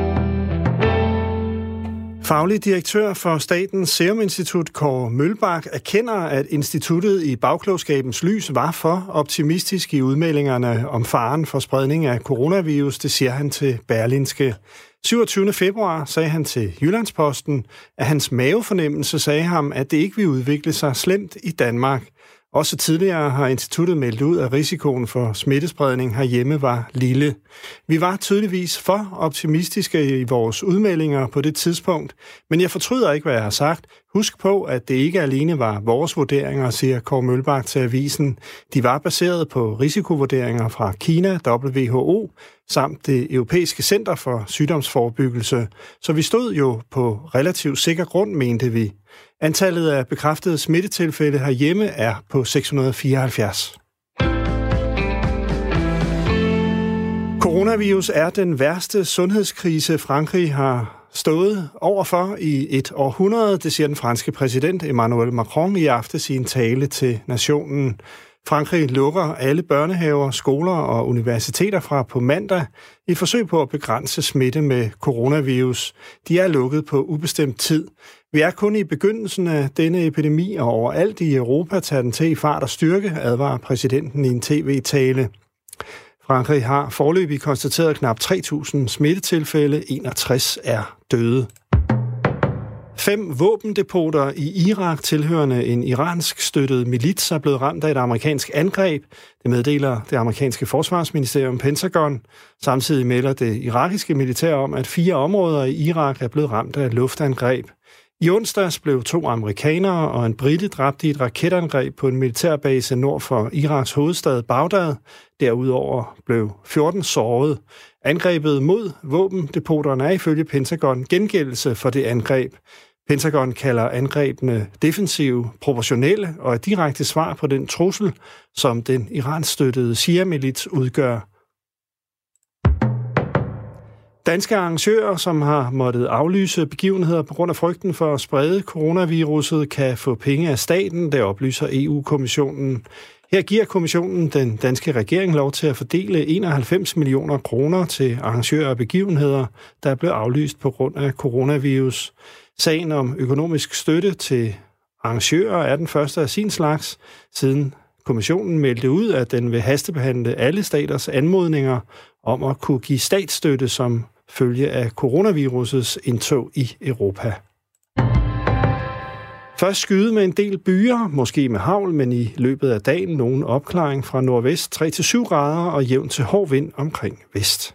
Faglig direktør for Statens Serum Institut, Kåre Mølbak, erkender, at instituttet i bagklogskabens lys var for optimistisk i udmeldingerne om faren for spredning af coronavirus, det siger han til Berlingske. syvogtyvende februar sagde han til Jyllandsposten, at hans mavefornemmelse sagde ham, at det ikke ville udvikle sig slemt i Danmark. Også tidligere har instituttet meldt ud, at risikoen for smittespredning herhjemme var lille. Vi var tydeligvis for optimistiske i vores udmeldinger på det tidspunkt, men jeg fortryder ikke, hvad jeg har sagt. Husk på, at det ikke alene var vores vurderinger, siger Kåre Mølbak til avisen. De var baseret på risikovurderinger fra Kina, W H O, samt det Europæiske Center for Sygdomsforebyggelse. Så vi stod jo på relativt sikker grund, mente vi. Antallet af bekræftede smittetilfælde herhjemme er på seks hundrede og fireoghalvfjerds. Coronavirus er den værste sundhedskrise, Frankrig har stået overfor i et århundrede, det siger den franske præsident Emmanuel Macron i aftes i en tale til nationen. Frankrig lukker alle børnehaver, skoler og universiteter fra på mandag i forsøg på at begrænse smitte med coronavirus. De er lukket på ubestemt tid. Vi er kun i begyndelsen af denne epidemi, og overalt i Europa tager den til i fart og styrke, advarer præsidenten i en tv-tale. Frankrig har foreløbig konstateret knap tre tusind smittetilfælde, enogtres er døde. Fem våbendepoter i Irak tilhørende en iransk støttet milits er blevet ramt af et amerikansk angreb. Det meddeler det amerikanske forsvarsministerium Pentagon. Samtidig melder det irakiske militær om, at fire områder i Irak er blevet ramt af luftangreb. I onsdags blev to amerikanere og en brite dræbt i et raketangreb på en militærbase nord for Iraks hovedstad Bagdad. Derudover blev fjorten såret. Angrebet mod våbendepoterne er ifølge Pentagon gengældelse for det angreb. Pentagon kalder angrebene defensive, proportionelle og et direkte svar på den trussel, som den iranskstøttede Shia-milits udgør. Danske arrangører, som har måttet aflyse begivenheder på grund af frygten for at sprede coronaviruset, kan få penge af staten, det oplyser E U-kommissionen. Her giver kommissionen den danske regering lov til at fordele enoghalvfems millioner kroner til arrangører af begivenheder, der er blevet aflyst på grund af coronavirus. Sagen om økonomisk støtte til arrangører er den første af sin slags, siden kommissionen meldte ud, at den vil hastebehandle alle staters anmodninger om at kunne give statsstøtte som følge af coronavirusets indtog i Europa. Først skyde med en del byer, måske med hagl, men i løbet af dagen nogen opklaring fra nordvest tre til syv grader og jævn til hård vind omkring vest.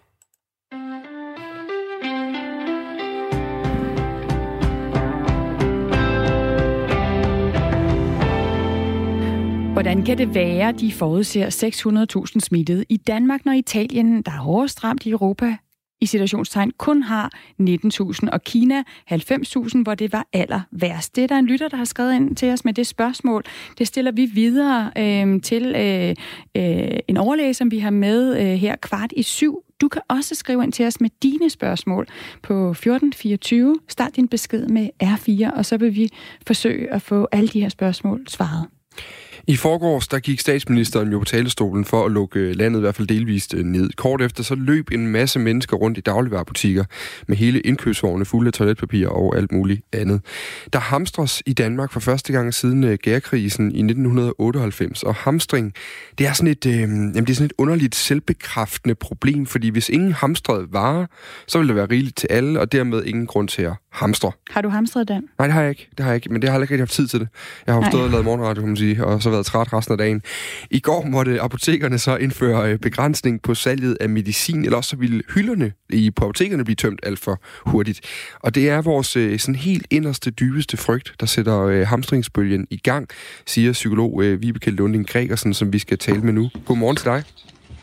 Hvordan kan det være, de forudser seks hundrede tusind smittede i Danmark, når Italien, der er hårdest ramt i Europa, i situationstegn kun har nitten tusind, og Kina halvfems tusind, hvor det var aller værst. Det er der en lytter, der har skrevet ind til os med det spørgsmål. Det stiller vi videre øh, til øh, øh, en overlæge, som vi har med øh, her kvart i syv. Du kan også skrive ind til os med dine spørgsmål på fjorten fireogtyve. Start din besked med R fire, og så vil vi forsøge at få alle de her spørgsmål svaret. I forgårs, der gik statsministeren jo på talerstolen for at lukke landet i hvert fald delvist ned. Kort efter så løb en masse mennesker rundt i dagligvarebutikker med hele indkøbsvogne fulde af toiletpapir og alt muligt andet. Der hamstres i Danmark for første gang siden gærkrisen i nitten otteoghalvfems, og hamstring, det er sådan et, øh, jamen det er sådan et underligt selvbekræftende problem, fordi hvis ingen hamstrede varer, så vil der være rigeligt til alle, og dermed ingen grund til at hamstre. Har du hamstret, Dan? Nej, det har jeg ikke. Det har jeg ikke, men det har jeg ikke rigtig haft tid til det. Jeg har jo stået og lavet morgenradio, kan man sige, og så været træt resten af dagen. I går måtte apotekerne så indføre begrænsning på salget af medicin, eller også så ville hylderne i på apotekerne blive tømt alt for hurtigt. Og det er vores sådan helt inderste, dybeste frygt, der sætter hamstringsbølgen i gang, siger psykolog Vibeke Lunding Gregersen, som vi skal tale med nu. Godmorgen til dig.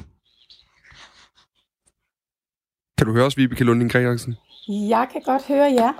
Kan du høre os, Vibeke Lunding Gregersen? Jeg kan godt høre jer.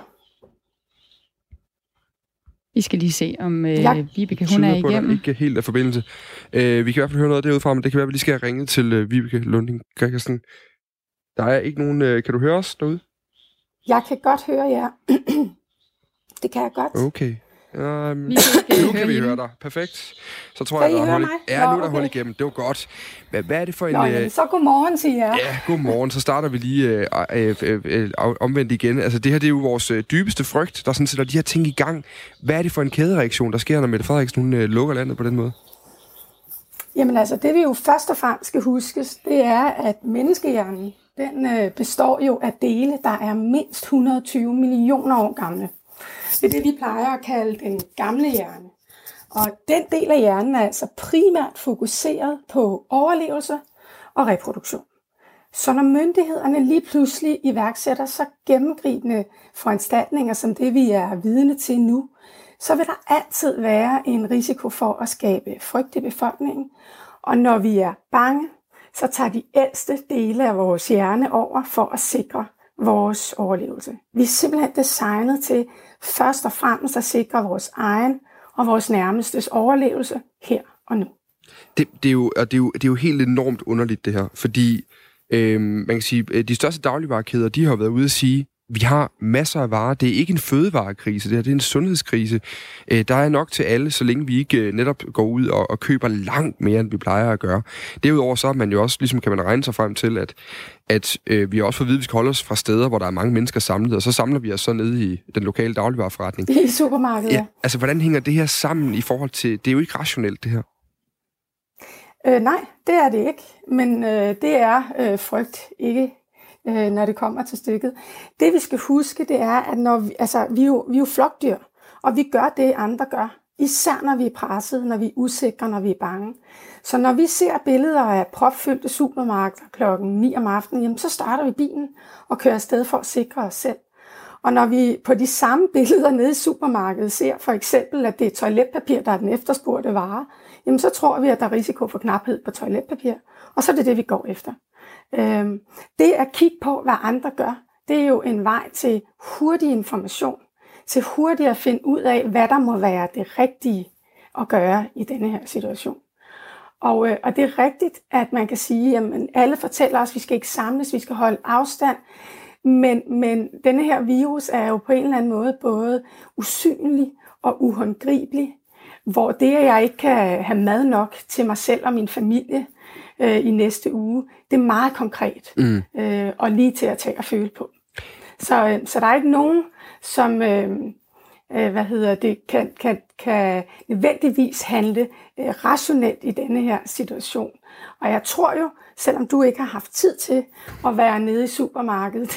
Vi skal lige se, om øh, ja. Vibeke, hun er igennem. Ikke helt af forbindelse. Uh, vi kan i hvert fald høre noget derudfra, men det kan være, at vi lige skal ringe til uh, Vibeke Lunding Gregersen. Der er ikke nogen... Uh, kan du høre os derude? Jeg kan godt høre jer. Det kan jeg godt. Okay. Um, vi nu kan vi høre dig. Perfekt. Så tror kan jeg, der er hul i... Ja, nu er der okay. hul igennem. Det var godt. Men hvad er det for en... Nå, jamen, så godmorgen, siger jeg. Ja, godmorgen. Så starter vi lige uh, uh, uh, uh, omvendt igen. Altså, det her det er jo vores uh, dybeste frygt, der sådan sætter de her ting i gang. Hvad er det for en kædereaktion, der sker, når Mette Frederiksen hun, uh, lukker landet på den måde? Jamen altså, det vi jo først og fremmest skal huskes, det er, at menneskehjernen, den øh, består jo af dele, der er mindst et hundrede og tyve millioner år gamle. Det er det, vi plejer at kalde den gamle hjerne. Og den del af hjernen er altså primært fokuseret på overlevelse og reproduktion. Så når myndighederne lige pludselig iværksætter så gennemgribende foranstaltninger som det, vi er vidne til nu, så vil der altid være en risiko for at skabe frygt i befolkningen. Og når vi er bange, så tager de ældste dele af vores hjerne over for at sikre vores overlevelse. Vi er simpelthen designet til først og fremmest at sikre vores egen og vores nærmestes overlevelse her og nu. Det, det, er, jo, og det, er, jo, det er jo helt enormt underligt det her, fordi øh, man kan sige, de største dagligvarekæder, de har været ude at sige, vi har masser af varer. Det er ikke en fødevarekrise, det her, det er en sundhedskrise. Øh, der er nok til alle, så længe vi ikke øh, netop går ud og, og køber langt mere, end vi plejer at gøre. Derudover så er man jo også, ligesom kan man regne sig frem til, at, at øh, vi har også fået at vide, at vi skal holde os fra steder, hvor der er mange mennesker samlet, og så samler vi os så nede i den lokale dagligvareforretning. I supermarkedet. Ja, altså, hvordan hænger det her sammen i forhold til... Det er jo ikke rationelt, det her. Øh, nej, det er det ikke. Men øh, det er øh, frygt ikke, øh, når det kommer til stykket. Det vi skal huske, det er, at når vi, altså, vi, er jo, vi er jo flokdyr, og vi gør det, andre gør. Især når vi er presset, når vi er usikre, når vi er bange. Så når vi ser billeder af propfyldte supermarkeder klokken ni om aftenen, jamen, så starter vi bilen og kører afsted for at sikre os selv. Og når vi på de samme billeder nede i supermarkedet ser for eksempel, at det er toiletpapir, der er den efterspurgte vare, jamen så tror vi, at der er risiko for knaphed på toiletpapir. Og så er det det, vi går efter. Øhm, det at kigge på, hvad andre gør, det er jo en vej til hurtig information. Til hurtigt at finde ud af, hvad der må være det rigtige at gøre i denne her situation. Og, øh, og det er rigtigt, at man kan sige, at alle fortæller os, at vi skal ikke samles, vi skal holde afstand. Men, men denne her virus er jo på en eller anden måde både usynlig og uhåndgribelig, hvor det, at jeg ikke kan have mad nok til mig selv og min familie øh, i næste uge, det er meget konkret mm. øh, og lige til at tage og føle på. Så, øh, så der er ikke nogen, som øh, øh, hvad hedder det, kan, kan, kan nødvendigvis handle øh, rationelt i denne her situation. Og jeg tror jo, selvom du ikke har haft tid til at være nede i supermarkedet,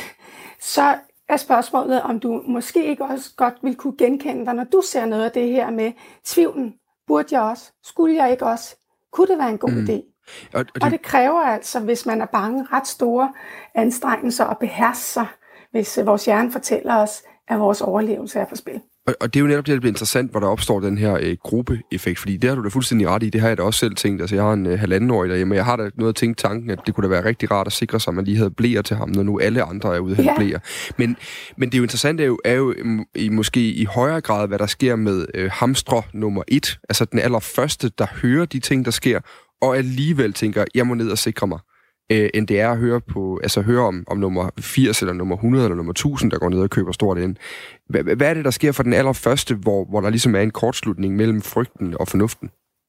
så er spørgsmålet, om du måske ikke også godt vil kunne genkende dig, når du ser noget af det her med tvivlen. Burde jeg også? Skulle jeg ikke også? Kunne det være en god mm. idé? Og, og, det... og det kræver altså, hvis man er bange, ret store anstrengelser og beherske sig, hvis vores hjerne fortæller os, at vores overlevelse er på spil. Og, og det er jo netop det, der bliver interessant, hvor der opstår den her øh, gruppeeffekt, fordi det har du da fuldstændig ret i, det har jeg da også selv tænkt. Altså, jeg har en øh, halvandenårig derhjemme, og jeg har da noget at tænke tanken, at det kunne da være rigtig rart at sikre sig, at man lige havde blæer til ham, når nu alle andre er ude af ja. blæer. Men, men det er jo interessant, er jo, er jo i, måske i højere grad, hvad der sker med øh, hamstre nummer et, altså den allerførste, der hører de ting, der sker, og alligevel tænker, jeg må ned og sikre mig. Øh, end det er at høre på, altså høre om, om nummer firs eller nummer hundrede eller nummer tusind, der går ned og køber stort ind. H- hvad er det, der sker for den allerførste, hvor, hvor der ligesom er en kortslutning mellem frygten og fornuften?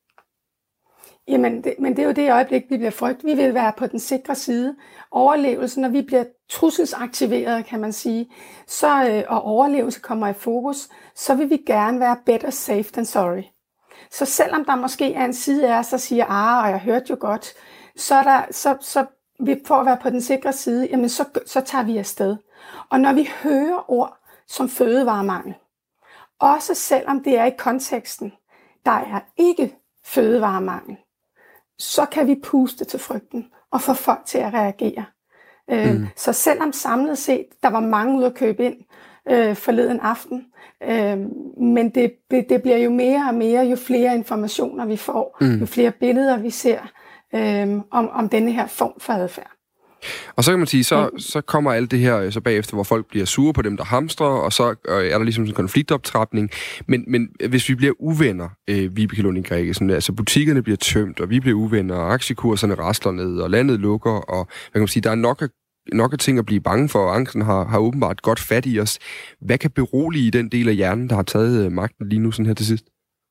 Jamen, det, men det er jo det øjeblik, vi bliver frygt. Vi vil være på den sikre side. Overlevelse, når vi bliver trusselsaktiveret, kan man sige, så, øh, og overlevelse kommer i fokus, så vil vi gerne være better safe than sorry. Så selvom der måske er en side af os, der siger, ah, og jeg hørte jo godt, så, er der, så, så vi for at være på den sikre side, jamen så, så tager vi afsted. Og når vi hører ord som fødevaremangel, også selvom det er i konteksten, der er ikke fødevaremangel, så kan vi puste til frygten og få folk til at reagere. Mm. Øh, så selvom samlet set, der var mange ude at købe ind øh, forleden aften, øh, men det, det bliver jo mere og mere, jo flere informationer vi får, mm. jo flere billeder vi ser, Øhm, om, om denne her form for adfærd. Og så kan man sige, så, så kommer alt det her så bagefter, hvor folk bliver sure på dem, der hamstrer, og så øh, er der ligesom en konfliktoptrapning. Men, men hvis vi bliver uvenner, øh, Vibeke Lunding Gregersen, altså butikkerne bliver tømt, og vi bliver uvenner, og aktiekurserne rasler ned, og landet lukker, og hvad kan man sige, der er nok af, nok af ting at blive bange for, og angsten har, har åbenbart godt fat i os. Hvad kan berolige den del af hjernen, der har taget øh, magten lige nu sådan her til sidst?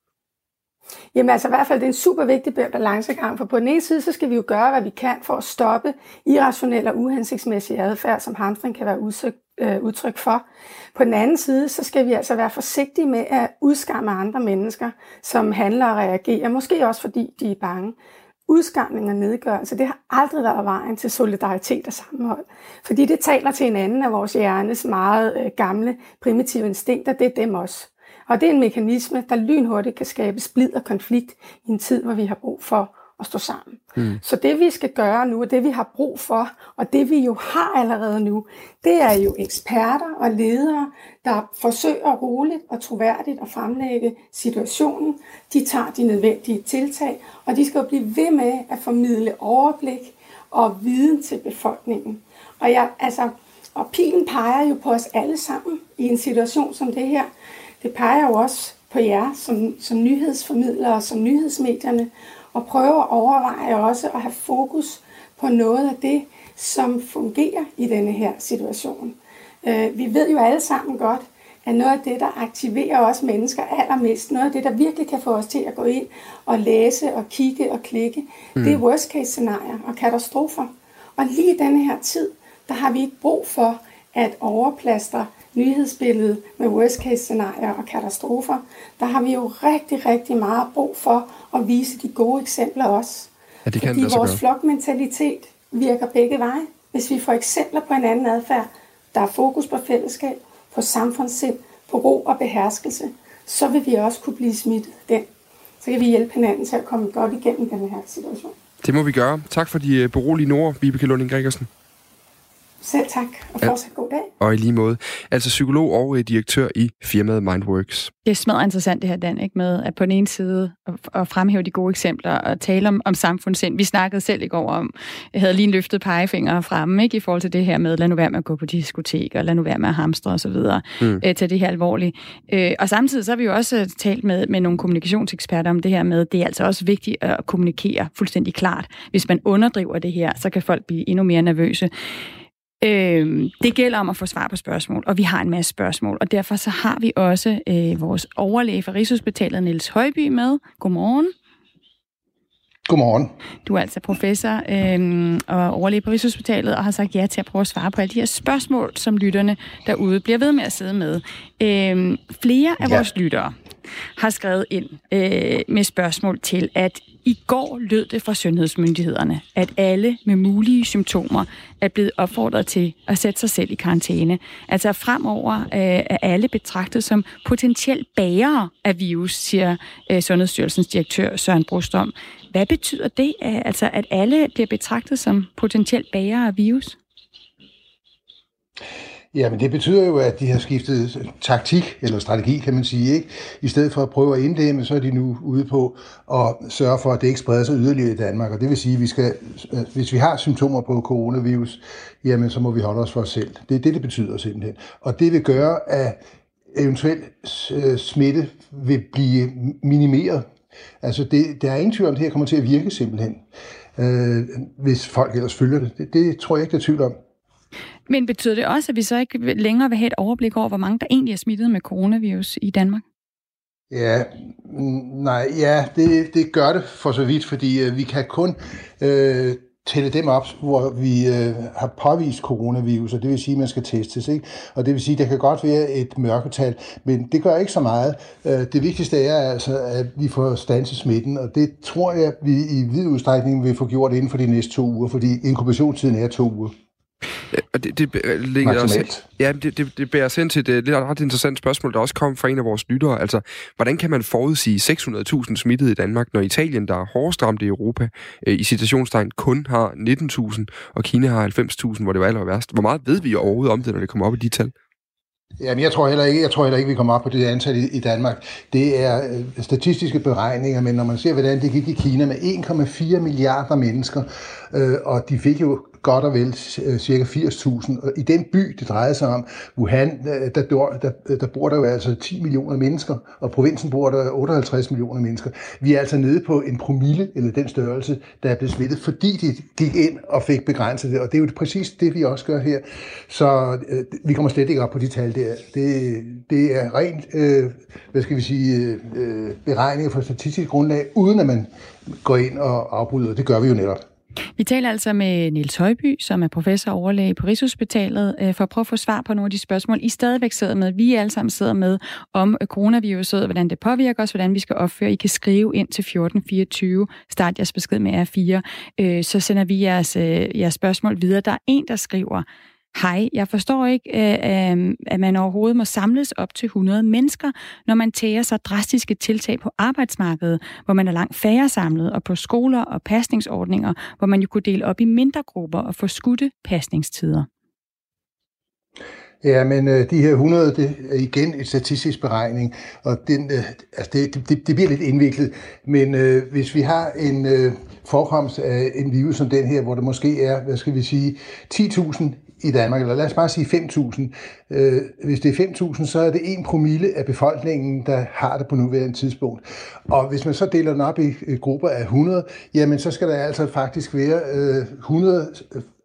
Jamen altså i hvert fald, det er en super vigtig balancegang, for på den ene side, så skal vi jo gøre, hvad vi kan for at stoppe irrationel og uhensigtsmæssig adfærd, som hamstring kan være udsøg, øh, udtryk for. På den anden side, så skal vi altså være forsigtige med at udskamme andre mennesker, som handler og reagerer, måske også fordi de er bange. Udskamning og nedgørelse, det har aldrig været vejen til solidaritet og sammenhold. Fordi det taler til en anden af vores hjernes meget øh, gamle, primitive instinkter, det er dem også. Og det er en mekanisme, der lynhurtigt kan skabe splid og konflikt i en tid, hvor vi har brug for at stå sammen. Mm. Så det vi skal gøre nu, og det vi har brug for, og det vi jo har allerede nu, det er jo eksperter og ledere, der forsøger roligt og troværdigt at fremlægge situationen. De tager de nødvendige tiltag, og de skal jo blive ved med at formidle overblik og viden til befolkningen. Og, jeg, altså, og pilen peger jo på os alle sammen i en situation som det her. Det peger jo også på jer som, som nyhedsformidlere og som nyhedsmedierne, og prøver at overveje også at have fokus på noget af det, som fungerer i denne her situation. Øh, vi ved jo alle sammen godt, at noget af det, der aktiverer os mennesker allermest, noget af det, der virkelig kan få os til at gå ind og læse og kigge og klikke, mm. det er worst case scenarier og katastrofer. Og lige i denne her tid, der har vi ikke brug for at overplastre nyhedsbilledet med worst case scenarier og katastrofer. Der har vi jo rigtig, rigtig meget brug for at vise de gode eksempler også. Ja, det kan Fordi det vores flokmentalitet virker begge veje. Hvis vi får eksempler på en anden adfærd, der er fokus på fællesskab, på samfundssind, på ro og beherskelse, så vil vi også kunne blive smittet den. Så kan vi hjælpe hinanden til at komme godt igennem den her situation. Det må vi gøre. Tak for de beroligende ord, Vibeke Lunding Gregersen. Selv tak, og fortsat ja. god dag. Og i lige måde. Altså psykolog og direktør i firmaet Mindworks. Det er smadret interessant det her, Dan, ikke? Med at på den ene side at, at fremhæve de gode eksempler og tale om, om samfundssind. Vi snakkede selv i går om, jeg havde lige en løftet pegefinger fremme, ikke? I forhold til det her med, lad nu være med at gå på diskoteker, lad nu være med at hamstre og så videre, mm. øh, til det her alvorligt. Øh, og samtidig så har vi jo også talt med, med nogle kommunikationseksperter om det her med, det er altså også vigtigt at kommunikere fuldstændig klart. Hvis man underdriver det her, så kan folk blive endnu mere nervøse. Øh, det gælder om at få svar på spørgsmål, og vi har en masse spørgsmål, og derfor så har vi også øh, vores overlæge fra Rigshospitalet, Niels Højby, med. Godmorgen. Godmorgen. Du er altså professor øh, og overlæge på Rigshospitalet, og har sagt ja til at prøve at svare på alle de her spørgsmål, som lytterne derude bliver ved med at sidde med. Øh, flere af ja. vores lyttere har skrevet ind øh, med spørgsmål til, at i går lød det fra sundhedsmyndighederne, at alle med mulige symptomer er blevet opfordret til at sætte sig selv i karantæne. Altså fremover øh, er alle betragtet som potentielt bærere af virus, siger øh, Sundhedsstyrelsens direktør Søren Brostrøm. Hvad betyder det, altså at alle bliver betragtet som potentielt bærere af virus? Jamen det betyder jo, at de har skiftet taktik, eller strategi kan man sige, ikke? I stedet for at prøve at inddæmme, så er de nu ude på at sørge for, at det ikke spreder sig yderligere i Danmark. Og det vil sige, at vi skal, hvis vi har symptomer på coronavirus, jamen så må vi holde os for os selv. Det er det, det betyder simpelthen. Og det vil gøre, at eventuel smitte vil blive minimeret. Altså det, der er ingen tvivl om, det her kommer til at virke simpelthen, øh, hvis folk ellers følger det. det. Det tror jeg ikke, der er tvivl om. Men betyder det også, at vi så ikke længere vil have et overblik over, hvor mange der egentlig er smittet med coronavirus i Danmark? Ja, nej, ja, det, det gør det for så vidt, fordi øh, vi kan kun øh, tælle dem op, hvor vi øh, har påvist coronavirus, og det vil sige, at man skal testes, ikke? Og det vil sige, at der kan godt være et mørketal, men det gør ikke så meget. Øh, det vigtigste er altså, at vi får standset smitten, og det tror jeg, at vi i vid udstrækning vil få gjort inden for de næste to uger, fordi inkubationstiden er to uger. Og det, det, ligger også, ja, det, det, det bærer os hen til et lidt ret interessant spørgsmål, der også kom fra en af vores lyttere. Altså, hvordan kan man forudsige seks hundrede tusind smittede i Danmark, når Italien, der er hårdest ramt i Europa, øh, i citationstegn kun har nitten tusind, og Kina har halvfems tusind, hvor det var aller værst? Hvor meget ved vi overhovedet om det, når det kommer op i de tal? Jamen, jeg tror heller ikke, jeg tror heller ikke, vi kommer op på det antal i, i Danmark. Det er øh, statistiske beregninger, men når man ser, hvordan det gik i Kina med en komma fire milliarder mennesker, øh, og de fik jo godt og vel cirka firs tusind. Og i den by, det drejede sig om, Wuhan, der, der, der bor der jo altså ti millioner mennesker, og provinsen bor der otteoghalvtreds millioner mennesker. Vi er altså nede på en promille, eller den størrelse, der er blevet smittet, fordi de gik ind og fik begrænset det. Og det er jo præcis det, vi også gør her. Så øh, vi kommer slet ikke op på de tal der. Det, det er rent, øh, hvad skal vi sige, øh, beregninger for statistisk grundlag, uden at man går ind og afbryder. Det gør vi jo netop. Vi taler altså med Niels Højby, som er professor og overlæge på Rigshospitalet, for at prøve at få svar på nogle af de spørgsmål, I stadigvæk sidder med. Vi alle sammen sidder med om coronaviruset, hvordan det påvirker os, hvordan vi skal opføre. I kan skrive ind til fjorten fireogtyve, start jeres besked med R fire, så sender vi jeres, jeres spørgsmål videre. Der er en, der skriver: Hej, jeg forstår ikke, at man overhovedet må samles op til hundrede mennesker, når man tager så drastiske tiltag på arbejdsmarkedet, hvor man er langt færre samlet, og på skoler og pasningsordninger, hvor man jo kunne dele op i mindre grupper og få skudte pasningstider. Ja, men øh, de her hundrede, det er igen et statistisk beregning, og den, øh, altså det, det, det bliver lidt indviklet. Men øh, hvis vi har en øh, forekomst af en virus som den her, hvor der måske er, hvad skal vi sige, ti tusind i Danmark, eller lad os bare sige fem tusind. Øh, hvis det er fem tusind, så er det en promille af befolkningen, der har det på nuværende tidspunkt. Og hvis man så deler den op i grupper af hundrede, jamen så skal der altså faktisk være øh, hundrede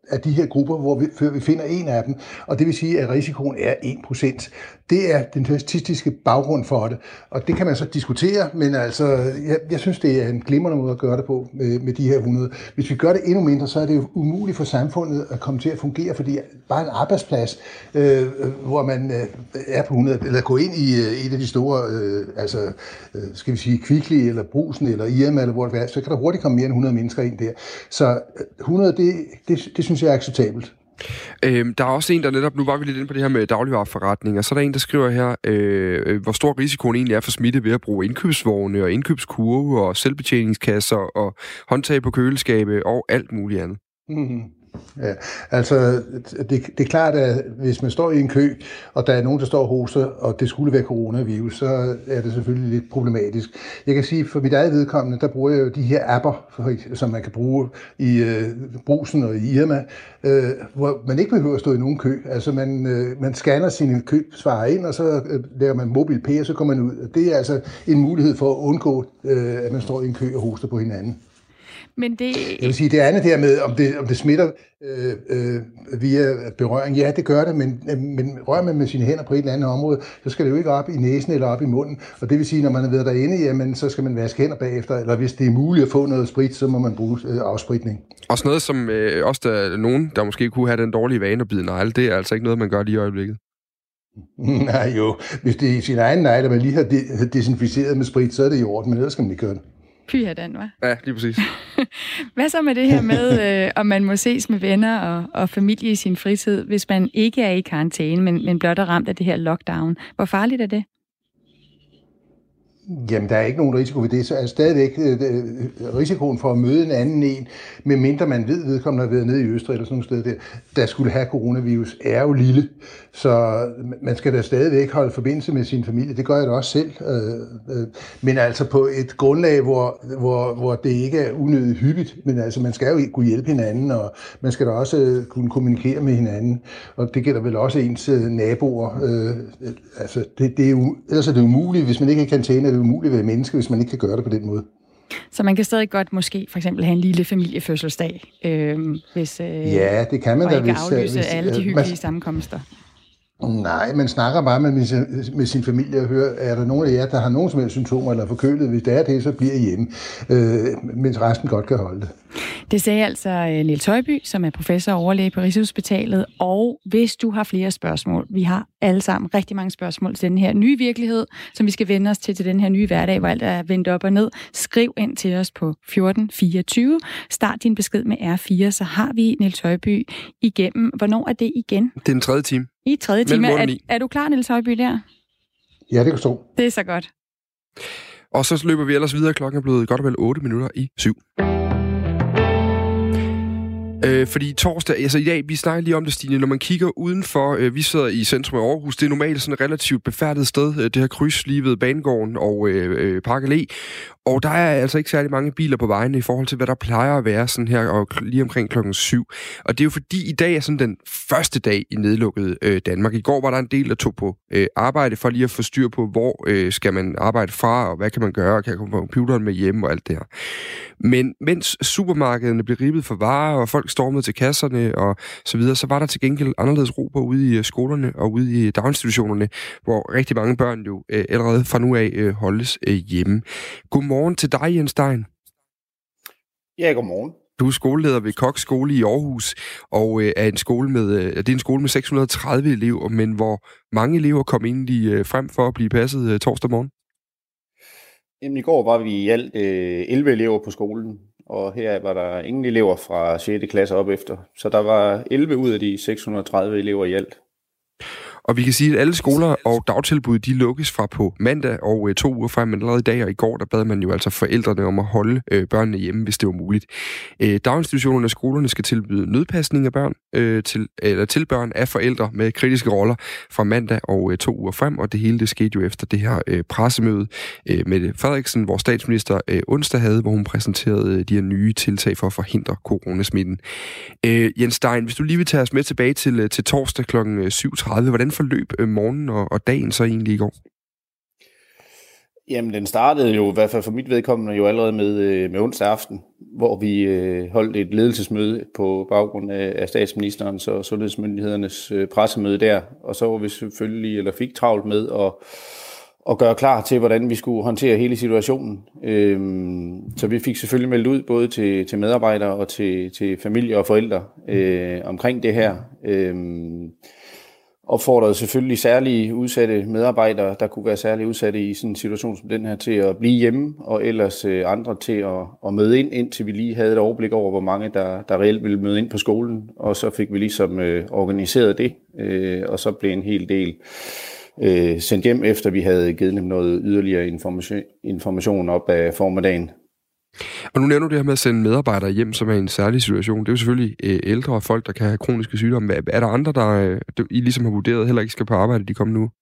af de her grupper, hvor vi, før vi finder en af dem, og det vil sige, at risikoen er en procent. Det er den statistiske baggrund for det, og det kan man så diskutere, men altså, jeg, jeg synes, det er en glimrende måde at gøre det på med, med de her hundrede. Hvis vi gør det endnu mindre, så er det jo umuligt for samfundet at komme til at fungere, fordi bare en arbejdsplads, øh, hvor man øh, er på hundrede, eller går ind i øh, et af de store, øh, altså, øh, skal vi sige, Kvickly, eller Brugsen, eller Irma, eller hvor det er, så kan der hurtigt komme mere end hundrede mennesker ind der. Så hundrede, det, det, det synes jeg er acceptabelt. Øhm, der er også en, der netop, nu var vi lidt inde på det her med dagligvareforretninger, så er der en, der skriver her, øh, hvor stor risikoen egentlig er for smitte ved at bruge indkøbsvogne og indkøbskurve og selvbetjeningskasser og håndtag på køleskabe og alt muligt andet. Mm-hmm. Ja, altså det, det er klart, at hvis man står i en kø, og der er nogen, der står og hoster, og det skulle være coronavirus, så er det selvfølgelig lidt problematisk. Jeg kan sige, for mit eget vedkommende, der bruger jeg jo de her apper, for, som man kan bruge i øh, Brugsen og i Irma, øh, hvor man ikke behøver at stå i nogen kø. Altså man, øh, man scanner sine købsvarer ind, og så øh, laver man MobilePay, og så kommer man ud. Det er altså en mulighed for at undgå, øh, at man står i en kø og hoster på hinanden. Men det... Jeg vil sige, det andet der med, om det, om det smitter øh, øh, via berøring, ja, det gør det, men, men rører man med sine hænder på et eller andet område, så skal det jo ikke op i næsen eller op i munden. Og det vil sige, når man er ved derinde, jamen, så skal man vaske hænder bagefter, eller hvis det er muligt at få noget sprit, så må man bruge øh, afspritning. Og sådan noget, som øh, også der er nogen, der måske kunne have den dårlige vane at bide negle, det er altså ikke noget, man gør lige i øjeblikket. Nej jo, hvis det er i sin egen negle, man lige har de- desinficeret med sprit, så er det i orden, men ellers skal man ikke gøre det. Pyha, Dan, hva'? Ja, lige præcis. Hvad så med det her med, øh, om man må ses med venner og, og familie i sin fritid, hvis man ikke er i karantæne, men, men blot er ramt af det her lockdown? Hvor farligt er det? Jamen, der er ikke nogen risiko ved det, så er stadigvæk øh, risikoen for at møde en anden en, medmindre man ved, vedkommende har været nede i Østrig eller sådan nogle steder, der, der skulle have coronavirus, er jo lille. Så man skal da stadigvæk holde forbindelse med sin familie. Det gør jeg da også selv. Øh, øh, men altså på et grundlag, hvor, hvor, hvor det ikke er unødigt hyppigt. Men altså, man skal jo kunne hjælpe hinanden, og man skal da også kunne kommunikere med hinanden. Og det gælder vel også ens naboer. Øh, altså, det, det er jo, ellers er det umuligt, hvis man ikke kan karantæne, er det umuligt at være menneske, hvis man ikke kan gøre det på den måde. Så man kan stadig godt måske for eksempel have en lille familiefødselsdag, øh, hvis, øh, ja, det kan man og da, ikke hvis, aflyse hvis, alle de hyggelige man, sammenkomster. Nej, man snakker bare med, med sin familie og hører, er der nogen af jer, der har nogen som helst symptomer eller er forkølet? Hvis det er det, så bliver I hjemme, øh, mens resten godt kan holde det. Det sagde altså Niels Højby, som er professor og overlæge på Rigshospitalet. Og hvis du har flere spørgsmål, vi har alle sammen rigtig mange spørgsmål til den her nye virkelighed, som vi skal vende os til, til den her nye hverdag, hvor alt er vendt op og ned. Skriv ind til os på fjorten fireogtyve. Start din besked med R fire, så har vi Niels Højby igennem. Hvornår er det igen? Det er den tredje time. I tredje time. Er, er du klar, Niels Højby, der? Ja, det kan stå. Det er så godt. Og så løber vi ellers videre. Klokken er blevet godt og vel otte minutter i syv. Øh, fordi torsdag, altså i dag, vi snakker lige om det, Stine, når man kigger udenfor, øh, vi sidder i centrum af Aarhus, det er normalt sådan et relativt befærdet sted, øh, det her kryds lige ved Banegården og øh, øh, Park Allé, og der er altså ikke særlig mange biler på vejene i forhold til, hvad der plejer at være sådan her og lige omkring klokken syv. Og det er jo fordi, i dag er sådan den første dag i nedlukket øh, Danmark. I går var der en del, der tog på øh, arbejde for lige at få styr på, hvor øh, skal man arbejde fra, og hvad kan man gøre, og kan jeg komme på computeren med hjem og alt det her. Men mens supermarkederne blev ribbet for varer, og folk stormede til kasserne og så videre, så var der til gengæld anderledes ro på ude i skolerne og ude i daginstitutionerne, hvor rigtig mange børn jo øh, allerede fra nu af øh, holdes øh, hjemme. Godmorgen til dig, Jens Stein. Ja, godmorgen. Du er skoleleder ved Koks Skole i Aarhus, og øh, er en skole med, øh, det er en skole med seks hundrede og tredive elever, men hvor mange elever kom egentlig øh, frem for at blive passet øh, torsdag morgen? Jamen, i går var vi i alt øh, elleve elever på skolen, og her var der ingen elever fra sjette klasse op efter. Så der var elleve ud af de seks hundrede og tredive elever i alt. Og vi kan sige, at alle skoler og dagtilbud, de lukkes fra på mandag og øh, to uger frem, men allerede i dag og i går, der bad man jo altså forældrene om at holde øh, børnene hjemme, hvis det var muligt. Øh, daginstitutionerne og skolerne skal tilbyde nødpasning af børn, øh, til, eller til børn af forældre med kritiske roller fra mandag og øh, to uger frem, og det hele det skete jo efter det her øh, pressemøde øh, med Frederiksen, hvor statsminister øh, onsdag havde, hvor hun præsenterede øh, de her nye tiltag for at forhindre coronasmitten. Øh, Jens Stein, hvis du lige vil tage os med tilbage til, øh, til torsdag klokken syv tredive, hvordan forløb øh, morgenen og, og dagen så egentlig i går? Jamen, den startede jo, i hvert fald for mit vedkommende, jo allerede med, med onsdag aften, hvor vi øh, holdt et ledelsesmøde på baggrund af, af statsministerens og sundhedsmyndighedernes øh, pressemøde der. Og så var vi selvfølgelig, eller fik travlt med at, at gøre klar til, hvordan vi skulle håndtere hele situationen. Øhm, så vi fik selvfølgelig meldt ud både til, til medarbejdere og til, til familie og forældre øh, omkring det her. Øhm, opfordrede selvfølgelig særlige udsatte medarbejdere, der kunne være særligt udsatte i sådan en situation som den her, til at blive hjemme, og ellers øh, andre til at, at møde ind, indtil vi lige havde et overblik over, hvor mange der, der reelt ville møde ind på skolen. Og så fik vi ligesom øh, organiseret det, øh, og så blev en hel del øh, sendt hjem, efter vi havde givet dem noget yderligere information, information op af formiddagen. Og nu nævner du det her med at sende medarbejdere hjem, som er i en særlig situation. Det er jo selvfølgelig øh, ældre og folk, der kan have kroniske sygdomme. Er der andre, der øh, I ligesom har vurderet heller ikke skal på arbejde de kommende uger?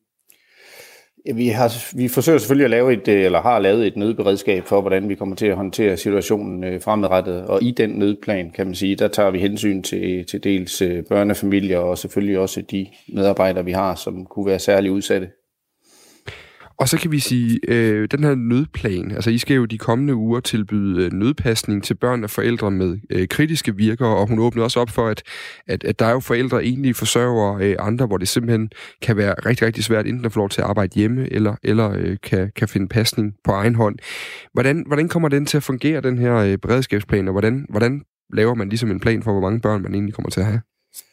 Ja, vi, har, vi forsøger selvfølgelig at lave et, eller har lavet et nødberedskab for, hvordan vi kommer til at håndtere situationen øh, fremadrettet. Og i den nødplan, kan man sige, der tager vi hensyn til, til dels øh, børnefamilier og selvfølgelig også de medarbejdere, vi har, som kunne være særligt udsatte. Og så kan vi sige, øh, den her nødplan, altså I skal jo de kommende uger tilbyde øh, nødpasning til børn og forældre med øh, kritiske virker, og hun åbner også op for, at, at, at der er jo forældre, enlige forsørgere, øh, andre, hvor det simpelthen kan være rigtig, rigtig svært, enten at få lov til at arbejde hjemme, eller, eller øh, kan, kan finde pasning på egen hånd. Hvordan, hvordan kommer den til at fungere, den her øh, beredskabsplan, og hvordan, hvordan laver man ligesom en plan for, hvor mange børn man egentlig kommer til at have?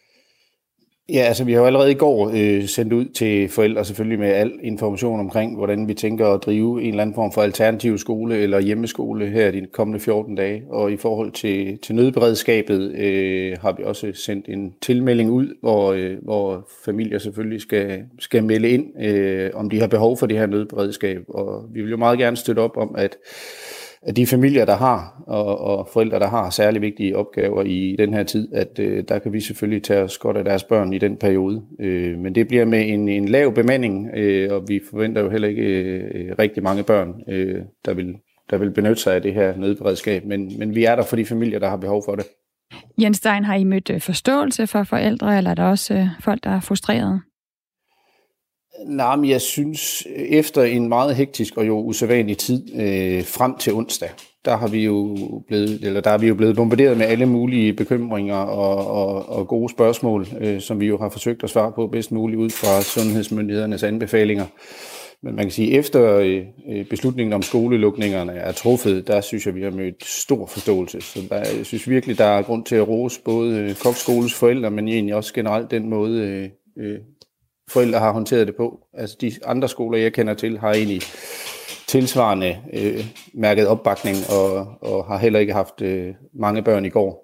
Ja, altså vi har jo allerede i går øh, sendt ud til forældre selvfølgelig med al information omkring, hvordan vi tænker at drive en eller anden form for alternativ skole eller hjemmeskole her de kommende fjorten dage. Og i forhold til, til nødberedskabet øh, har vi også sendt en tilmelding ud, hvor, øh, hvor familier selvfølgelig skal, skal melde ind, øh, om de har behov for det her nødberedskab. Og vi vil jo meget gerne støtte op om, at at de familier, der har, og, og forældre, der har særlig vigtige opgaver i den her tid, at øh, der kan vi selvfølgelig tage os godt af deres børn i den periode. Øh, men det bliver med en, en lav bemanding, øh, og vi forventer jo heller ikke øh, rigtig mange børn, øh, der, vil, der vil benytte sig af det her nødberedskab. Men, men vi er der for de familier, der har behov for det. Jens Stein, har I mødt forståelse for forældre, eller er der også øh, folk, der er frustrerede? Nej, men jeg synes, efter en meget hektisk og jo usædvanlig tid øh, frem til onsdag, der har vi jo blevet, eller der er vi jo blevet bombarderet med alle mulige bekymringer og, og, og gode spørgsmål, øh, som vi jo har forsøgt at svare på bedst muligt ud fra sundhedsmyndighedernes anbefalinger. Men man kan sige, efter øh, beslutningen om skolelukningerne er truffet, der synes jeg, vi har mødt stor forståelse. Så der, jeg synes virkelig, der er grund til at rose både Koks Skoles forældre, men egentlig også generelt den måde, øh, øh, forældre har håndteret det på. Altså de andre skoler, jeg kender til, har egentlig tilsvarende øh, mærket opbakning og, og har heller ikke haft øh, mange børn i går.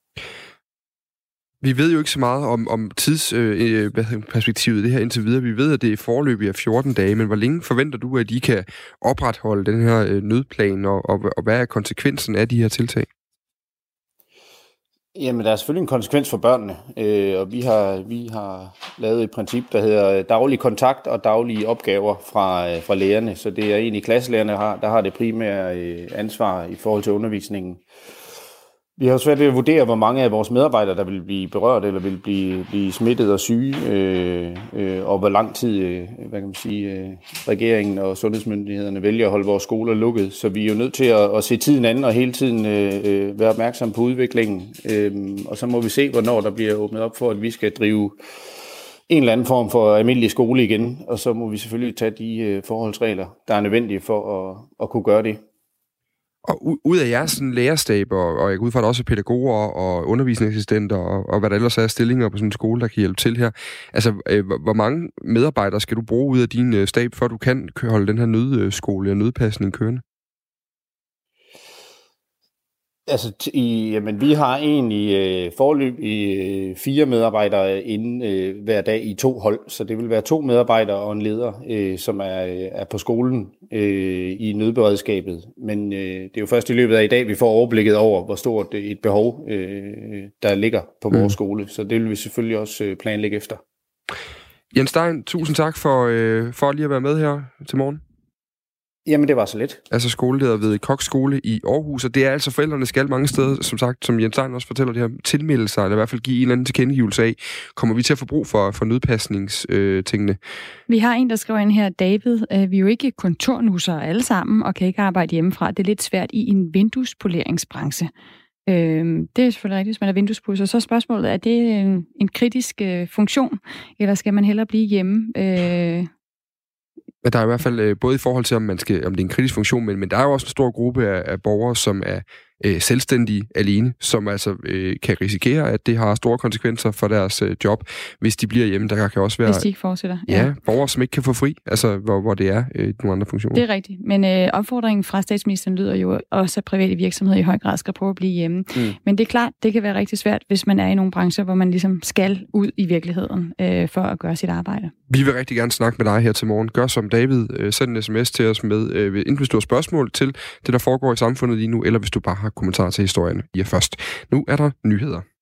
Vi ved jo ikke så meget om, om tidsperspektivet øh, det her indtil videre. Vi ved, at det er foreløbig af fjorten dage, men hvor længe forventer du, at I kan opretholde den her øh, nødplan, og, og, og hvad er konsekvensen af de her tiltag? Jamen, der er selvfølgelig en konsekvens for børnene, øh, og vi har, vi har lavet et princip, der hedder daglig kontakt og daglige opgaver fra, øh, fra lærerne. Så det er egentlig klasselærerne, der har, der har det primære øh, ansvar i forhold til undervisningen. Vi har jo svært ved at vurdere, hvor mange af vores medarbejdere, der vil blive berørt eller vil blive, blive smittet og syge, øh, øh, og hvor lang tid øh, hvad kan man sige, øh, regeringen og sundhedsmyndighederne vælger at holde vores skoler lukket. Så vi er jo nødt til at, at se tiden an og hele tiden øh, være opmærksom på udviklingen. Øh, og så må vi se, hvornår der bliver åbnet op for, at vi skal drive en eller anden form for almindelig skole igen. Og så må vi selvfølgelig tage de øh, forholdsregler, der er nødvendige for at, at kunne gøre det. Og ud af jeres sådan, lærerstab, og, og jeg går ud fra, at der også er pædagoger og undervisningsassistenter, og, og hvad der ellers er stillinger på sådan en skole, der kan hjælpe til her. Altså, øh, hvor mange medarbejdere skal du bruge ud af din øh, stab, for at du kan holde den her nødskole og nødpasning kørende? Altså, i, jamen, vi har egentlig øh, forløb i øh, fire medarbejdere inden øh, hver dag i to hold, så det vil være to medarbejdere og en leder, øh, som er, er på skolen øh, i nødberedskabet. Men øh, det er jo først i løbet af i dag, vi får overblikket over, hvor stort et behov, øh, der ligger på vores mm. skole, så det vil vi selvfølgelig også øh, planlægge efter. Jens Stein, tusind tak for, øh, for lige at være med her til morgen. Jamen, det var så let. Altså skoleleder ved Koks Skole i Aarhus, og det er altså forældrene skal mange steder, som sagt, som Jens Stein også fortæller det her, tilmelde sig, eller i hvert fald give en eller anden tilkendegivelse af, kommer vi til at få brug for, for nødpasningstingene? Øh, vi har en, der skriver ind her, David, øh, vi er jo ikke kontornusser alle sammen, og kan ikke arbejde hjemmefra. Det er lidt svært i en vinduespoleringsbranche. Øh, det er selvfølgelig rigtigt, hvis man er vinduespudser. Så er spørgsmålet, er det en, en kritisk øh, funktion, eller skal man hellere blive hjemme? Øh, Der er i hvert fald øh, både i forhold til, om, man skal, om det er en kritisk funktion, men, men der er jo også en stor gruppe af, af borgere, som er øh, selvstændige alene, som altså øh, kan risikere, at det har store konsekvenser for deres øh, job, hvis de bliver hjemme. Der kan også være... Hvis de ikke fortsætter. Ja, ja, borgere, som ikke kan få fri, altså hvor, hvor det er øh, nogle andre funktioner. Det er rigtigt, men øh, opfordringen fra statsministeren lyder jo også, at private virksomheder i høj grad skal prøve at blive hjemme. Mm. Men det er klart, det kan være rigtig svært, hvis man er i nogle brancher, hvor man ligesom skal ud i virkeligheden øh, for at gøre sit arbejde. Vi vil rigtig gerne snakke med dig her til morgen. Gør som David. Øh, send en sms til os med, øh, enten hvis du har spørgsmål til det, der foregår i samfundet lige nu, eller hvis du bare har kommentarer til historien. Ja, først. Nu er der nyheder.